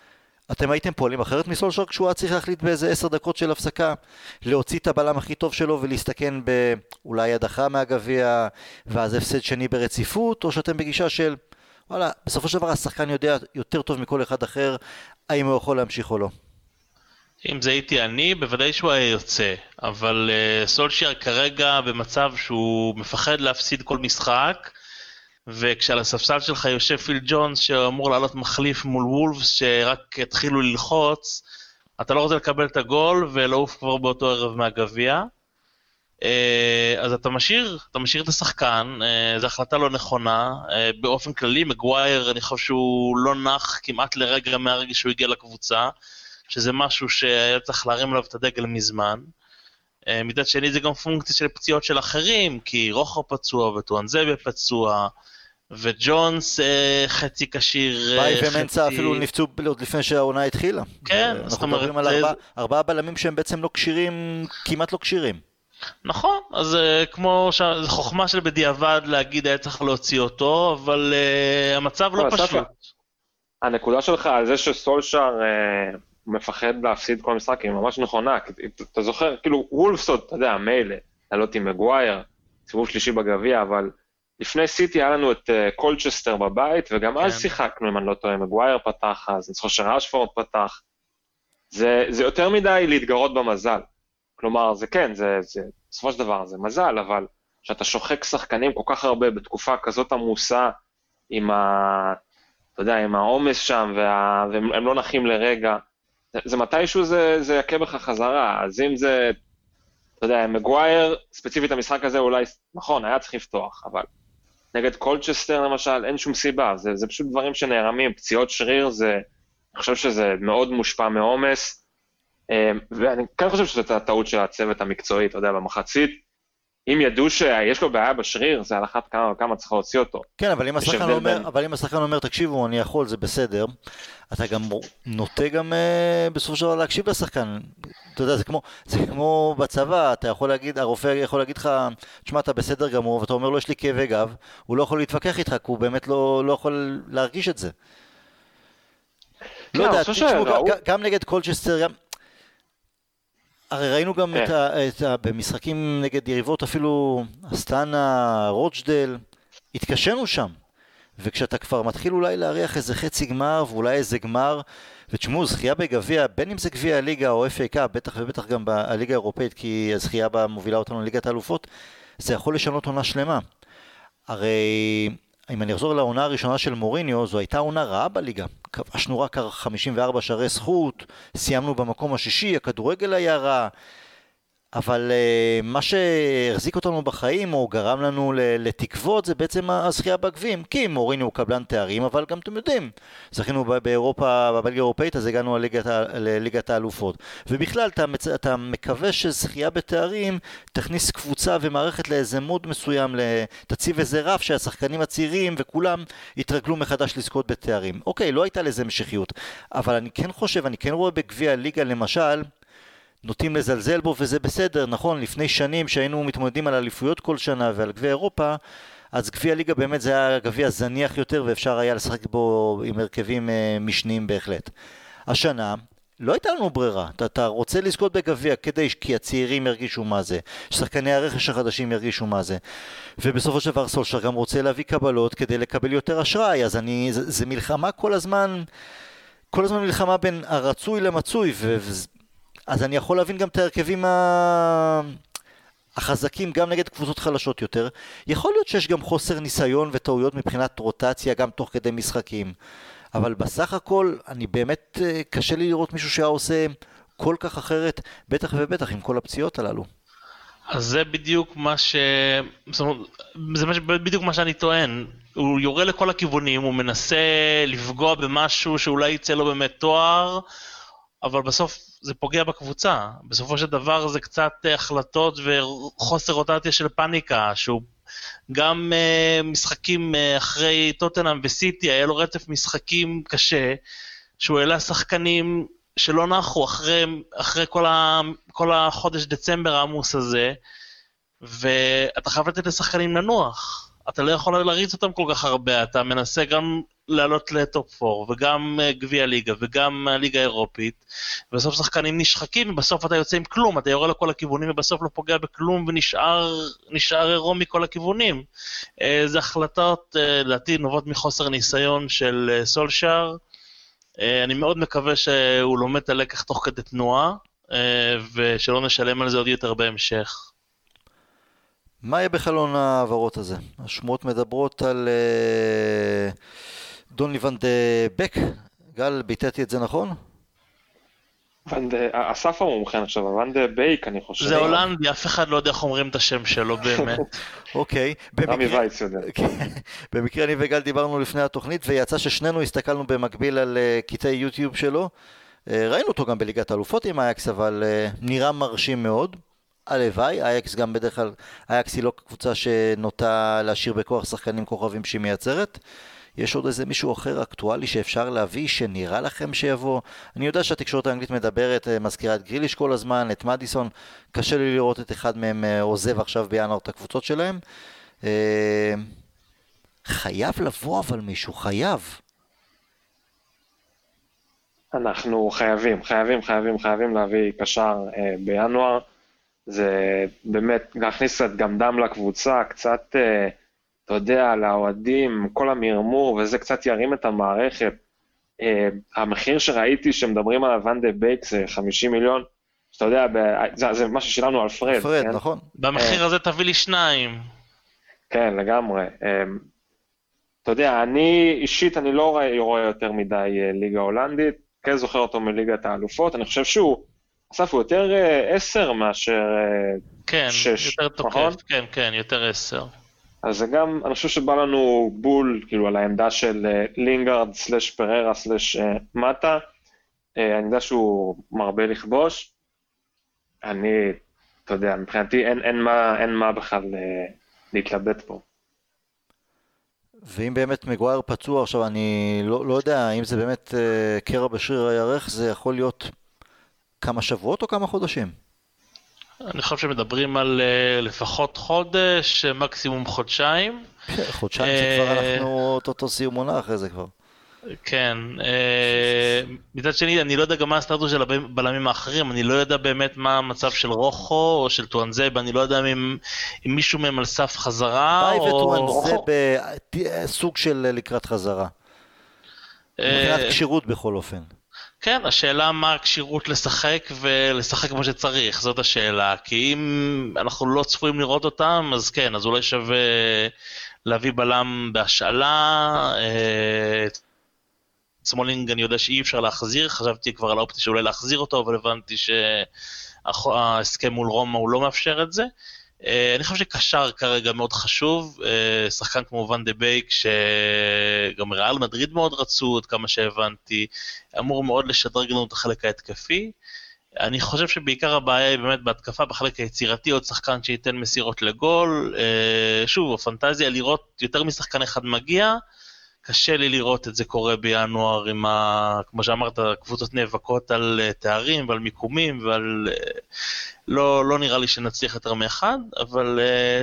אתם הייתם פועלים אחרת מסולשר כשהוא היה צריך להחליט באיזה 10 דקות של הפסקה, להוציא את הבלם הכי טוב שלו ולהסתכן באולי הדחה מהגביע, ואז הפסד שני ברציפות, או שאתם בגישה של, וואלה, בסופו של דבר השחקן יודע יותר טוב מכל אחד אחר, האם הוא יכול להמשיך או לא? אם זה הייתי אני, בוודאי שהוא היה יוצא, אבל סולשייר כרגע במצב שהוא מפחד להפסיד כל משחק, וכשעל הספסל שלך יושב פיל ג'ונס שאמור לעלות מחליף מול וולפס שרק התחילו ללחוץ, אתה לא רוצה לקבל את הגול ולעוף כבר באותו ערב מהגביע, אז אתה משאיר את השחקן, זו החלטה לא נכונה, באופן כללי מגווייר אני חושב שהוא לא נח כמעט לרגע מהרגע שהוא הגיע לקבוצה, שזה משהו שהיה צריך להרים עליו את הדגל מזמן. מצד שני זה גם פונקציה של פציעות של אחרים, כי רוחו פצוע וטואנזבה פצוע, וג'ונס חצי קשיר, ביי ומנצה אפילו נפצעו עוד לפני שהעונה התחילה. כן, אנחנו מדברים על 4 בלמים שהם בעצם לא קשירים, כמעט לא קשירים. נכון, אז כמו זה חוכמה של בדיעבד להגיד היה צריך להוציא אותו, אבל המצב לא פשוט. הנקודה שלך על זה שסולשר מפחד להפסיד כל משחק היא ממש נכונה, אתה זוכר, כאילו וולפסון, אתה יודע, מילא, לעלות עם מגווייר, סיבוב שלישי בגביע, אבל לפני סיטי היה לנו את קולצ'סטר בבית, וגם אז שיחקנו אם אני לא טועה, מגווייר פתח, אז אני זוכר שרשפורד פתח, זה יותר מדי להתגרות במזל, כלומר זה כן, זה בסופו של דבר זה מזל, אבל שאתה שוחק שחקנים כל כך הרבה בתקופה כזאת עמוסה, אתה יודע, עם העומס שם, והם לא נחים לרגע, זה מתישהו זה יקה בך חזרה, אז אם זה, אתה יודע, מגווייר, ספציפית המשחק הזה אולי, נכון, היה צריך לפתוח, אבל נגד קולצ'סטר למשל, אין שום סיבה, זה פשוט דברים שנערמים, פציעות שריר, אני חושב שזה מאוד מושפע מעומס, ואני כן חושב שזו טעות של הצוות המקצועי, אתה יודע, במחצית, אם ידעו שיש לו בעיה בשריר, זה על אחת כמה צריך להוציא אותו. כן, אבל אם השחקן אומר, תקשיבו, אני יכול, זה בסדר, אתה גם נוטה גם בסופו של דבר להקשיב לשחקן. אתה יודע, זה כמו בצבא, אתה יכול להגיד, הרופא יכול להגיד לך, תשמע, אתה בסדר גמור, ואתה אומר לו, יש לי כאבי גב, הוא לא יכול להתווכח איתך, כי הוא באמת לא יכול להרגיש את זה. לא יודע, גם נגד קולצ'סטר, גם... הרי ראינו גם במשחקים נגד יריבות אפילו אסטנה, רוצ'דל, התקשרנו שם, וכשאתה כבר מתחיל אולי להריח איזה חצי גמר ואולי איזה גמר, ותשמעו, זכייה בגביע, בין אם זה גביע הליגה או FA קאפ, בטח ובטח גם בליגה האירופאית, כי הזכייה בה מובילה אותנו לליגת האלופות, זה יכול לשנות עונה שלמה. הרי אם אני אחזור לעונה הראשונה של מוריניו, זו הייתה עונה רעה בליגה. כבשנו רק 54 שערי זכות, סיימנו במקום השישי, הכדורגל היה רע, אבל מה שהחזיק אותנו בחיים, או גרם לנו לתקוות, זה בעצם הזכייה בגביעים, כי מוריניו הוא קבלן תארים, אבל גם אתם יודעים, זכינו באירופה, בליגה האירופאית, אז הגענו לליגת האלופות. ובכלל, אתה מקווה שזכייה בתארים תכניס קבוצה ומערכת לאיזה מוד מסוים, תציב איזה רף שהשחקנים הצעירים וכולם יתרגלו מחדש לזכות בתארים. אוקיי, לא הייתה לזה המשכיות, אבל אני כן חושב, אני כן רואה בגביע הליגה למשל, נוטים לזלזל בו, וזה בסדר, נכון, לפני שנים שהיינו מתמודדים על אליפויות כל שנה ועל גביע אירופה, אז גביע הליגה באמת זה היה גביע זניח יותר, ואפשר היה לשחק בו עם הרכבים משניים בהחלט. השנה, לא הייתה לנו ברירה, אתה רוצה לזכות בגביע כי הצעירים ירגישו מה זה, ששחקני הרכש החדשים ירגישו מה זה, ובסופו של דבר סולשר גם רוצה להביא קבלות כדי לקבל יותר אשראי, אז זה מלחמה כל הזמן מלחמה בין הרצוי למצוי, אז אני יכול להבין גם את ההרכבים החזקים גם נגד קבוצות חלשות יותר. יכול להיות שיש גם חוסר ניסיון וטעויות מבחינת רוטציה גם תוך כדי משחקים. אבל בסך הכל אני באמת קשה לי לראות מישהו שהיה עושה כל כך אחרת, בטח ובטח עם כל הפציעות הללו. אז זה בדיוק בדיוק מה שאני טוען. הוא יורה לכל הכיוונים, הוא מנסה לפגוע במשהו שאולי יצא לו באמת תואר, אבל בסוף זה פוגע בקבוצה. בסופו של דבר זה קצת החלטות וחוסר רוטציה של פאניקה, שהוא גם משחקים אחרי טוטנהאם וסיטי, היה לו רצף משחקים קשה, שהוא העלה שחקנים שלא נחו אחרי כל החודש דצמבר העמוס הזה, ואתה חייב לתת לשחקנים לנוח. אתה לא יכול להריץ אותם כל כך הרבה, אתה מנסה גם לעלות לטופ 4, וגם גביע ליגה, וגם הליגה האירופית, ובסוף שחקנים נשחקים, ובסוף אתה יוצא עם כלום, אתה יורה לכל הכיוונים, ובסוף לא פוגע בכלום, ונשאר עירום מכל הכיוונים. זה החלטות, לדעתי, נובעות מחוסר ניסיון של סולשאר, אני מאוד מקווה שהוא לומד את הלקח תוך כדי תנועה, ושלא נשלם על זה עוד יותר בהמשך. מה יהיה בחלון העברות הזה? השמועות מדברות על דוני ון דה בק. גל, ביטאתי את זה נכון? אסף המומחן עכשיו, ון דה בייק אני חושב. זה הולנדי, אף אחד לא יודע איך אומרים את השם שלו באמת. אוקיי. רמי וייץ יודע. במקרה אני וגל דיברנו לפני התוכנית, ויצא ששנינו הסתכלנו במקביל על קטעי יוטיוב שלו. ראינו אותו גם בליגת האלופות עם אייקס, אבל נראה מרשים מאוד. הלוואי, אייקס גם בדרך כלל, אייקס היא לא קבוצה שנוטה להשאיר בכוח שחקנים כוכבים שהיא מייצרת. יש עוד איזה מישהו אחר אקטואלי שאפשר להביא, שנראה לכם שיבוא? אני יודע שהתקשורת האנגלית מדברת, מזכירה את גריליש כל הזמן, את מדיסון, קשה לי לראות את אחד מהם עוזב עכשיו בינואר את הקבוצות שלהם. חייב לבוא אבל מישהו, חייב. אנחנו חייבים להביא קשר בינואר. זה באמת להכניס גם דם לקבוצה, קצת, אתה יודע, לאוהדים, כל המרמור, וזה קצת ירים את המערכת. המחיר שראיתי שמדברים על ון דה בייק זה 50 מיליון, שאתה יודע, זה מה ששילמנו על פרד. פרד, כן? נכון. במחיר הזה תביא לי 2. כן, לגמרי. אתה יודע, אני אישית, אני לא רואה יותר מדי ליגה הולנדית, כן זוכר אותו מליגת האלופות, אני חושב שהוא, אסף הוא יותר 10 מאשר 6, כן, יותר תוקף, נכון? כן, יותר 10. אז זה גם, אני חושב שבא לנו בול, כאילו, על העמדה של לינגארד סלש פררה סלש מטה, אני יודע שהוא מרבה לכבוש, אני, אתה יודע, מבחינתי אין מה בכלל להתלבט פה. ואם באמת מגווייר פצוע, עכשיו אני לא יודע, אם זה באמת קרע בשריר הירך, זה יכול להיות כמה שבועות או כמה חודשים? אני חושב שמדברים על לפחות חודש, מקסימום חודשיים. חודשיים שכבר אנחנו אותו סיום עונה אחרי זה כבר. כן, מצד שני אני לא יודע גם מה הסטטוס של הבלמים האחרים, אני לא יודע באמת מה המצב של רוחו או של טואנזב, אני לא יודע אם מישהו מהם על סף חזרה ביי או... וטואנזב בסוג של לקראת חזרה. מבחינת קשירות בכל אופן. כן, השאלה מה הקשירות לשחק ולשחק כמו שצריך, זאת השאלה, כי אם אנחנו לא צפויים לראות אותם, אז כן, אז אולי שווה להביא בלם בהשאלה, סמולינג אני יודע שאי אפשר להחזיר, חשבתי כבר על האופציה שאולי להחזיר אותו, אבל הבנתי שההסכם מול רומא הוא לא מאפשר את זה. אני חושב שקשר כרגע מאוד חשוב, שחקן כמו ון דה בייק, שגם ריאל מדריד מאוד רצו, עד כמה שהבנתי, אמור מאוד לשדרג לנו את החלק ההתקפי. אני חושב שבעיקר הבעיה היא באמת בהתקפה בחלק היצירתי, עוד שחקן שייתן מסירות לגול. שוב, הפנטזיה לראות יותר משחקן אחד מגיע, קשה לי לראות את זה קורה בינואר עם כמו שאמרת, קבוצות נאבקות על תארים ועל מיקומים ועל... לא נראה לי שנצליח יותר מאחד, אבל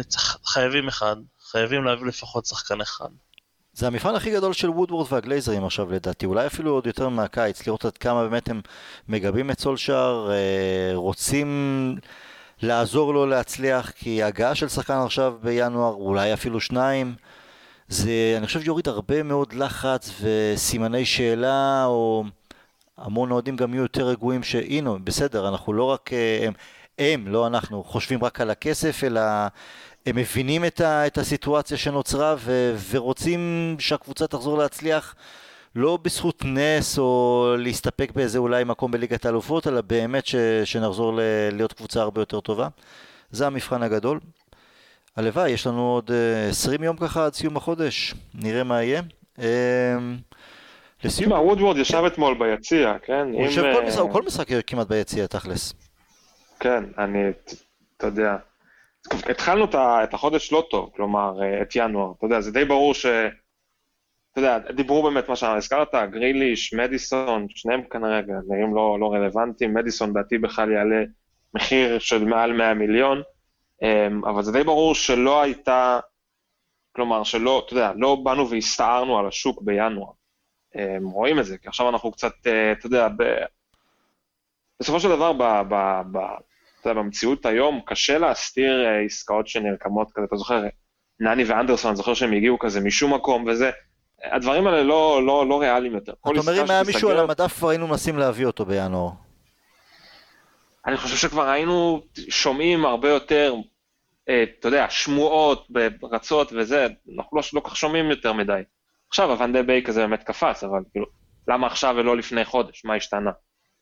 חייבים להביא לפחות שחקן אחד. זה המבחן הכי גדול של וודוורד והגלייזרים עכשיו לדעתי, אולי אפילו עוד יותר מהקיץ, לראות עד כמה באמת הם מגבים את סולשאר, רוצים לעזור לו להצליח, כי הגעה של שחקן עכשיו בינואר, אולי אפילו 2, זה אני חושב יוריד הרבה מאוד לחץ וסימני שאלה, או המון אוהדים גם יהיו יותר רגועים שהנה, בסדר, אנחנו לא רק, הם לא אנחנו, חושבים רק על הכסף, אלא הם מבינים את הסיטואציה שנוצרה ורוצים שהקבוצה תחזור להצליח, לא בזכות נס או להסתפק באיזה אולי מקום בליגת האלופות, אלא באמת שנחזור להיות קבוצה הרבה יותר טובה. זה המבחן הגדול. הלוואי, יש לנו עוד 20 יום ככה עד סיום החודש, נראה מה יהיה. לסיום... וודוורד ישב אתמול ביציע, כן? הוא יושב כל משחק כמעט ביציע, תכלס. כן, אתה יודע, התחלנו את החודש לא טוב, כלומר, את ינואר, אתה יודע, זה די ברור אתה יודע, דיברו באמת מה שהזכרת, גריליש, מדיסון, שניהם כנראה נראים לא רלוונטיים, מדיסון דעתי בכלל יעלה מחיר של מעל 100 מיליון, אבל זה די ברור שלא הייתה כלומר שלא, אתה יודע, לא באנו והסתערנו על השוק בינואר. רואים את זה, כי עכשיו אנחנו קצת, אתה יודע, בסופו של דבר, במציאות היום, קשה להסתיר עסקאות שנרקמות כזה, אתה זוכר, נני ואנדרסון, זוכר שהם הגיעו כזה משום מקום וזה, הדברים האלה לא ריאליים יותר. אתה אומר, אם היה מישהו על המדף, כבר היינו מנסים להביא אותו בינואר. אני חושב שכבר היינו שומעים הרבה יותר, אתה יודע, שמועות ברצות וזה, אנחנו לא כך שומעים יותר מדי. עכשיו, הוונדה ביי כזה באמת קפץ, אבל כאילו, למה עכשיו ולא לפני חודש? מה השתנה?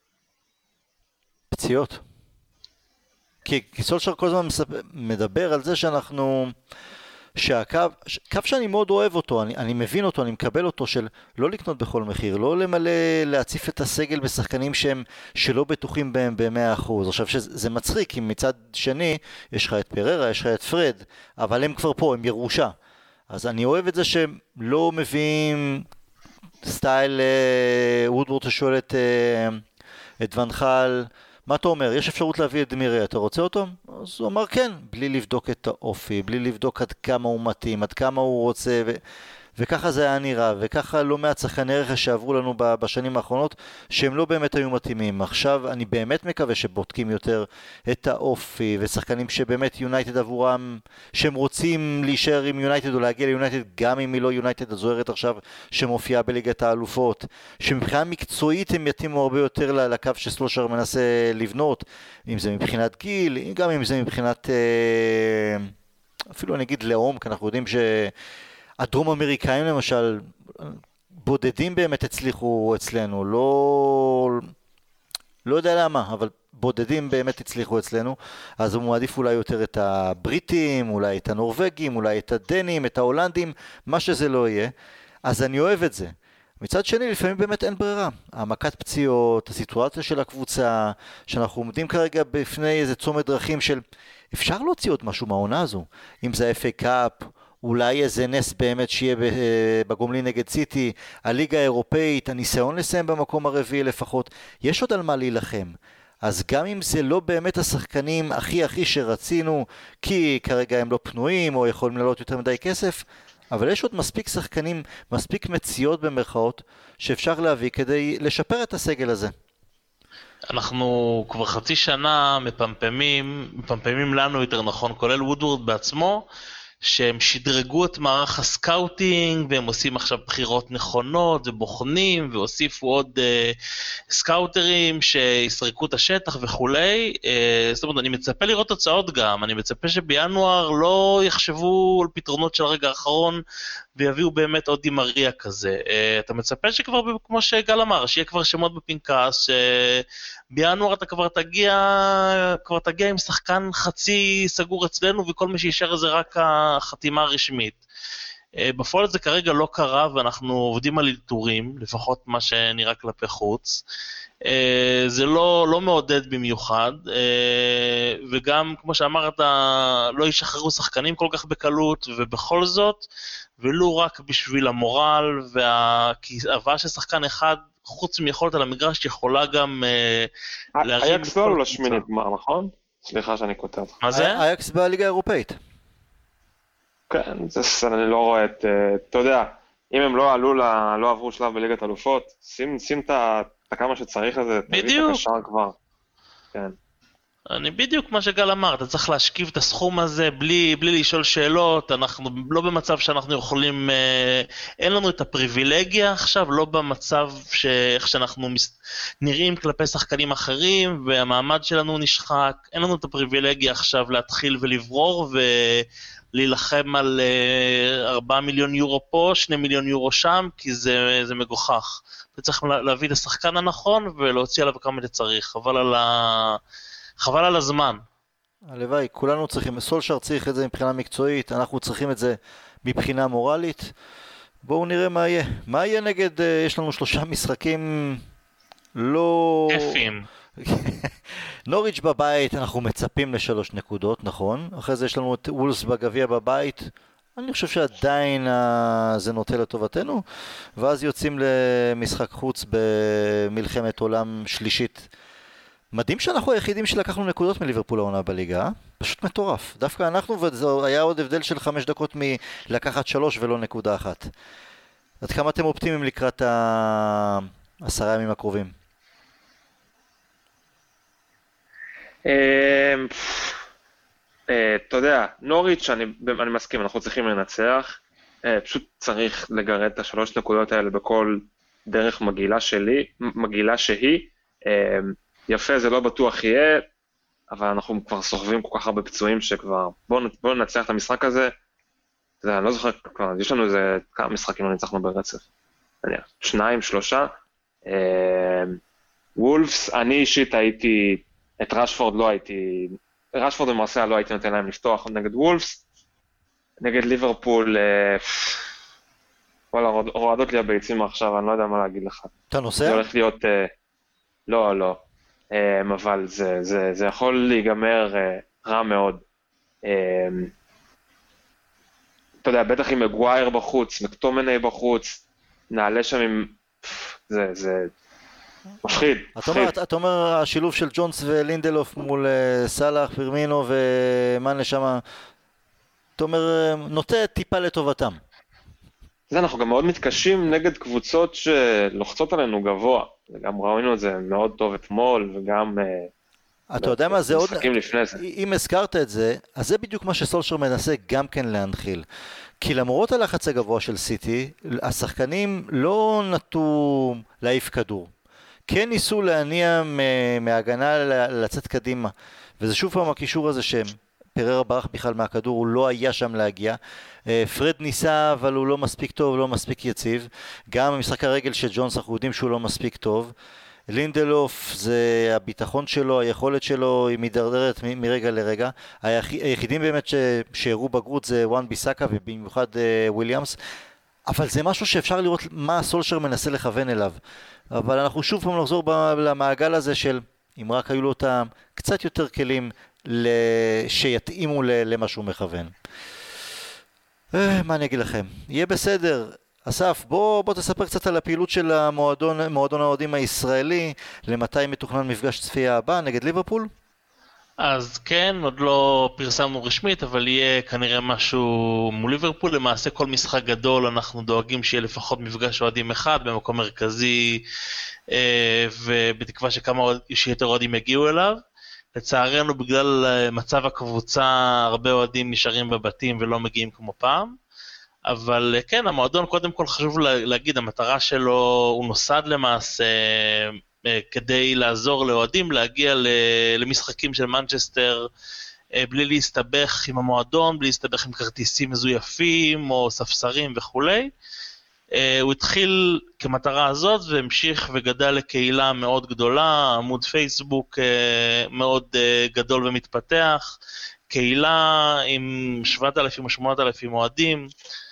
פציעות. כי סולשר כל הזמן מדבר על זה קו שאני מאוד אוהב אותו, אני מבין אותו, אני מקבל אותו, של לא לקנות בכל מחיר, לא להציף את הסגל בשחקנים שלא בטוחים בהם ב-100%. עכשיו שזה מצחיק, כי מצד שני יש לך את פררה, יש לך את פרד, אבל הם כבר פה, הם ירושה. אז אני אוהב את זה שהם לא מביאים סטייל וודוורד ששואל את ונחל, מה אתה אומר? יש אפשרות להביא את דמירי, אתה רוצה אותו? אז הוא אמר כן, בלי לבדוק את האופי, בלי לבדוק עד כמה הוא מתאים, עד כמה הוא רוצה, וככה זה היה נראה, וככה לא מעט שחקני רכש שעברו לנו בשנים האחרונות, שהם לא באמת היו מתאימים. עכשיו אני באמת מקווה שבודקים יותר את האופי, ושחקנים שבאמת יונייטד עבורם, שהם רוצים להישאר עם יונייטד או להגיע ליונייטד, גם אם היא לא יונייטד הזוהרת עכשיו, שמופיעה בליגת האלופות, שמבחינה מקצועית הם יתאימו הרבה יותר לקו שסלושר מנסה לבנות, אם זה מבחינת גיל, גם אם זה מבחינת, אפילו אני אגיד לאום, כי אנחנו יודעים הדרום אמריקאים למשל, בודדים באמת הצליחו אצלנו, לא יודע למה, אבל בודדים באמת הצליחו אצלנו, אז הוא מעדיף אולי יותר את הבריטים, אולי את הנורווגים, אולי את הדנים, את ההולנדים, מה שזה לא יהיה, אז אני אוהב את זה. מצד שני, לפעמים באמת אין ברירה. העמקת פציעות, הסיטואציה של הקבוצה, שאנחנו עומדים כרגע בפני איזה צומת דרכים של, אפשר להוציא עוד משהו מהעונה הזו, אם זה ה-FA קאפ, אולי איזה נס באמת שיהיה בגומלין נגד סיטי, הליגה האירופאית, הניסיון לסיים במקום הרביעי לפחות, יש עוד על מה להילחם. אז גם אם זה לא באמת השחקנים הכי שרצינו, כי כרגע הם לא פנויים או יכולים לעלות יותר מדי כסף, אבל יש עוד מספיק שחקנים, מספיק מציאות במרכאות, שאפשר להביא כדי לשפר את הסגל הזה. אנחנו כבר חצי שנה מפמפמים לנו יותר נכון, כולל וודוורד בעצמו, שהם שדרגו את מערך הסקאוטינג, והם עושים עכשיו בחירות נכונות, ובוחנים, והוסיפו עוד סקאוטרים שיסרקו את השטח וכולי. זאת אומרת, אני מצפה לראות תוצאות גם, אני מצפה שבינואר לא יחשבו על פתרונות של הרגע האחרון, ויביאו באמת עוד דימריה כזה. אתה מצפה שכבר, כמו שגל אמר, שיהיה כבר שמות בפנקס, בינואר אתה כבר תגיע עם שחקן חצי סגור אצלנו, וכל מי שישאר זה רק החתימה הרשמית. בפועל זה כרגע לא קרה, ואנחנו עובדים על אלתורים, לפחות מה שנראה כלפי חוץ. זה לא מעודד במיוחד, וגם כמו שאמרת, לא ישחררו שחקנים כל כך בקלות, ובכל זאת, ולו רק בשביל המורל, והאהבה של שחקן אחד, חוץ מיכולת על המגרש, יכולה גם להרים... אייקס לא עלו לשמינית גמר, נכון? סליחה שאני כותב. מה זה? אייקס בליגה האירופאית. כן, אני לא רואה את... אתה יודע, אם הם לא עברו שלב בליגת אלופות, שים את כמה שצריך לזה, תביא את הקשר כבר. כן. אני בדיוק מה שגל אמר, אתה צריך להשכיב את הסכום הזה בלי לשאול שאלות, אנחנו לא במצב שאנחנו יכולים, אין לנו את הפריבילגיה עכשיו, לא במצב איך שאנחנו נראים כלפי שחקנים אחרים, והמעמד שלנו נשחק, אין לנו את הפריבילגיה עכשיו להתחיל ולברור ולהילחם על 4 מיליון יורו פה, 2 מיליון יורו שם, כי זה מגוחך. אתה צריך להביא את השחקן הנכון ולהוציא עליו כמה שצריך, חבל על הזמן. הלוואי, כולנו צריכים, סולשר צריך את זה מבחינה מקצועית, אנחנו צריכים את זה מבחינה מורלית. בואו נראה מה יהיה. מה יהיה נגד, יש לנו 3 משחקים לא... כיפים. נוריץ' בבית, אנחנו מצפים ל3 נקודות, נכון? אחרי זה יש לנו את וולס בגביע בבית, אני חושב שעדיין זה נוטה לטובתנו, ואז יוצאים למשחק חוץ במלחמת עולם שלישית מדהים שאנחנו היחידים שלקחנו נקודות מליברפול העונה בליגה, פשוט מטורף. דווקא אנחנו, וזה היה עוד הבדל של 5 דקות מלקחת 3 ולא נקודה אחת. עד כמה אתם אופטימיים לקראת 10 ימים הקרובים? אתה יודע, נוריץ' אני מסכים, אנחנו צריכים לנצח, פשוט צריך לגרד את 3 נקודות האלה בכל דרך מגעילה שהיא, יפה זה לא בטוח יהיה, אבל אנחנו כבר סוחבים כל כך הרבה פצועים שכבר, בואו ננצח את המשחק הזה, אני לא זוכר, כבר, יש לנו איזה כמה משחקים לא ניצחנו ברצף, 2, 3, וולפס, אני אישית הייתי, את רשפורד לא הייתי, רשפורד ומרסיה לא הייתי נותן להם לפתוח נגד וולפס, נגד ליברפול, וואלה, רועדות לי הביצים עכשיו, אני לא יודע מה להגיד לך. אתה נוסע? זה הולך להיות, לא, אבל זה יכול להיגמר רע מאוד. אתה יודע, בטח עם מגווייר בחוץ, מקטומני בחוץ, נעלה שם עם, זה מפחיד. אתה אומר השילוב של ג'ונס ולינדלוף מול סלאח, פירמינו ומאנה שמה, אתה אומר נוטה טיפה לטובתם. אנחנו גם מאוד מתקשים נגד קבוצות שלוחצות עלינו גבוה, וגם ראינו את זה מאוד טוב אתמול, וגם אתה יודע מה, זה עוד, לפני זה. אם הזכרת את זה, אז זה בדיוק מה שסולשר מנסה גם כן להנחיל. כי למרות הלחץ הגבוה של סיטי, השחקנים לא נטו להעיף כדור. כן ניסו להניע מההגנה לצאת קדימה, וזה שוב פעם הקישור הזה שהם, פררה ברח בכלל מהכדור, הוא לא היה שם להגיע. פרד ניסה, אבל הוא לא מספיק טוב, לא מספיק יציב. גם במשחק הרגל של ג'ונס אנחנו יודעים שהוא לא מספיק טוב. לינדלוף זה הביטחון שלו, היכולת שלו היא מדרדרת מרגע לרגע. היחידים באמת שהראו בגרות זה וואן ביסאקה ובמיוחד וויליאמס. אבל זה משהו שאפשר לראות מה סולשר מנסה לכוון אליו. אבל אנחנו שוב פעם נחזור למעגל הזה של אם רק היו לו אותם קצת יותר כלים שיתאימו למה שהוא מכוון. מה אני אגיד לכם? יהיה בסדר. אסף, בוא תספר קצת על הפעילות של מועדון האוהדים הישראלי, למתי מתוכנן מפגש צפייה הבא נגד ליברפול? אז כן, עוד לא פרסמנו רשמית, אבל יהיה כנראה משהו מול ליברפול. למעשה כל משחק גדול אנחנו דואגים שיהיה לפחות מפגש אוהדים אחד במקום מרכזי, ובתקווה שיותר אוהדים יגיעו אליו. לצערנו בגלל מצב הקבוצה הרבה אוהדים נשארים בבתים ולא מגיעים כמו פעם, אבל כן, המועדון קודם כל חשוב להגיד, המטרה שלו, הוא נוסד למעשה כדי לעזור לאוהדים להגיע למשחקים של מנצ'סטר בלי להסתבך עם המועדון, בלי להסתבך עם כרטיסים מזויפים או ספסרים וכולי. הוא התחיל כמטרה הזאת והמשיך וגדל לקהילה מאוד גדולה, עמוד פייסבוק מאוד גדול ומתפתח, קהילה עם 7,000 או 8,000 אוהדים.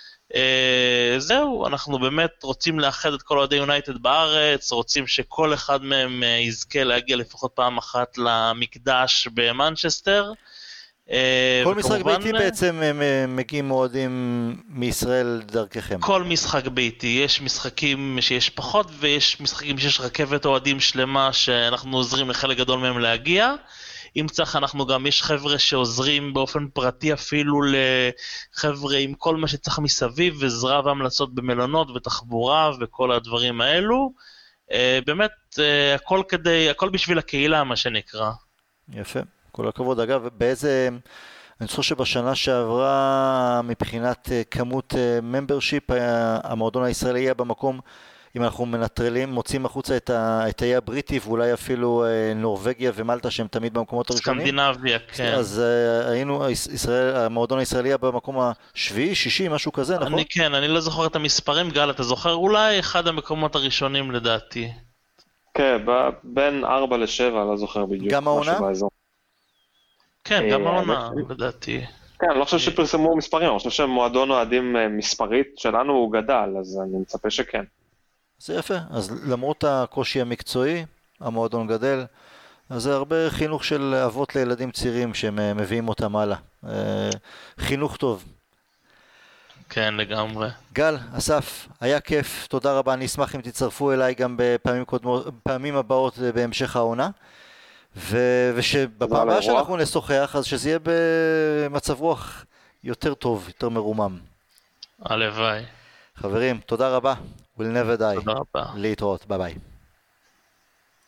זהו, אנחנו באמת רוצים לאחד את כל אוהדי יונייטד בארץ, רוצים שכל אחד מהם יזכה להגיע לפחות פעם אחת למקדש במנצ'סטר. כל משחק ביתי בעצם מגיעים אוהדים מישראל דרככם. כל משחק ביתי, יש משחקים שיש פחות ויש משחקים שיש רכבת אוהדים שלמה שאנחנו עוזרים לחלק גדול מהם להגיע. אם צריך אנחנו גם, יש חבר'ה שעוזרים באופן פרטי אפילו לחבר'ה עם כל מה שצריך מסביב, וזרע והמלצות במלונות ותחבורה וכל הדברים האלו. באמת הכל בשביל הקהילה מה שנקרא. יפה. כל הכבוד. אגב, אני חושב שבשנה שעברה מבחינת כמות ממברשיפ, המועדון הישראלי היה במקום, אם אנחנו מנטרלים, מוצאים החוצה את האי הבריטי, ואולי אפילו נורווגיה ומלטה שהם תמיד במקומות הראשונים. סקנדינביה, כן. אז היינו, המועדון הישראלי היה במקום השביעי, שישי, משהו כזה, נכון? אני לא זוכר את המספרים, גל, אתה זוכר אולי אחד המקומות הראשונים לדעתי. כן, בין 4 ל-7, לא זוכר בדיוק. גם העונה? כן, גם העונה, לדעתי. כן, אני לא חושב שפרסמו מספרים, אני חושב שמועדון אוהדים מספרית שלנו הוא גדל, אז אני מצפה שכן. זה יפה, אז למרות הקושי המקצועי, המועדון גדל, אז זה הרבה חינוך של אבות לילדים צעירים שהם מביאים אותם הלאה. חינוך טוב. כן, לגמרי. גל, אסף, היה כיף, תודה רבה, אני אשמח אם תצטרפו אליי גם בפעמים הבאות בהמשך העונה. ושבפעם הבאה שאנחנו נשוחח, אז שזה יהיה במצב רוח יותר טוב, יותר מרומם. הלוואי. חברים, תודה רבה. We'll never die. תודה רבה. להתראות, ביי ביי.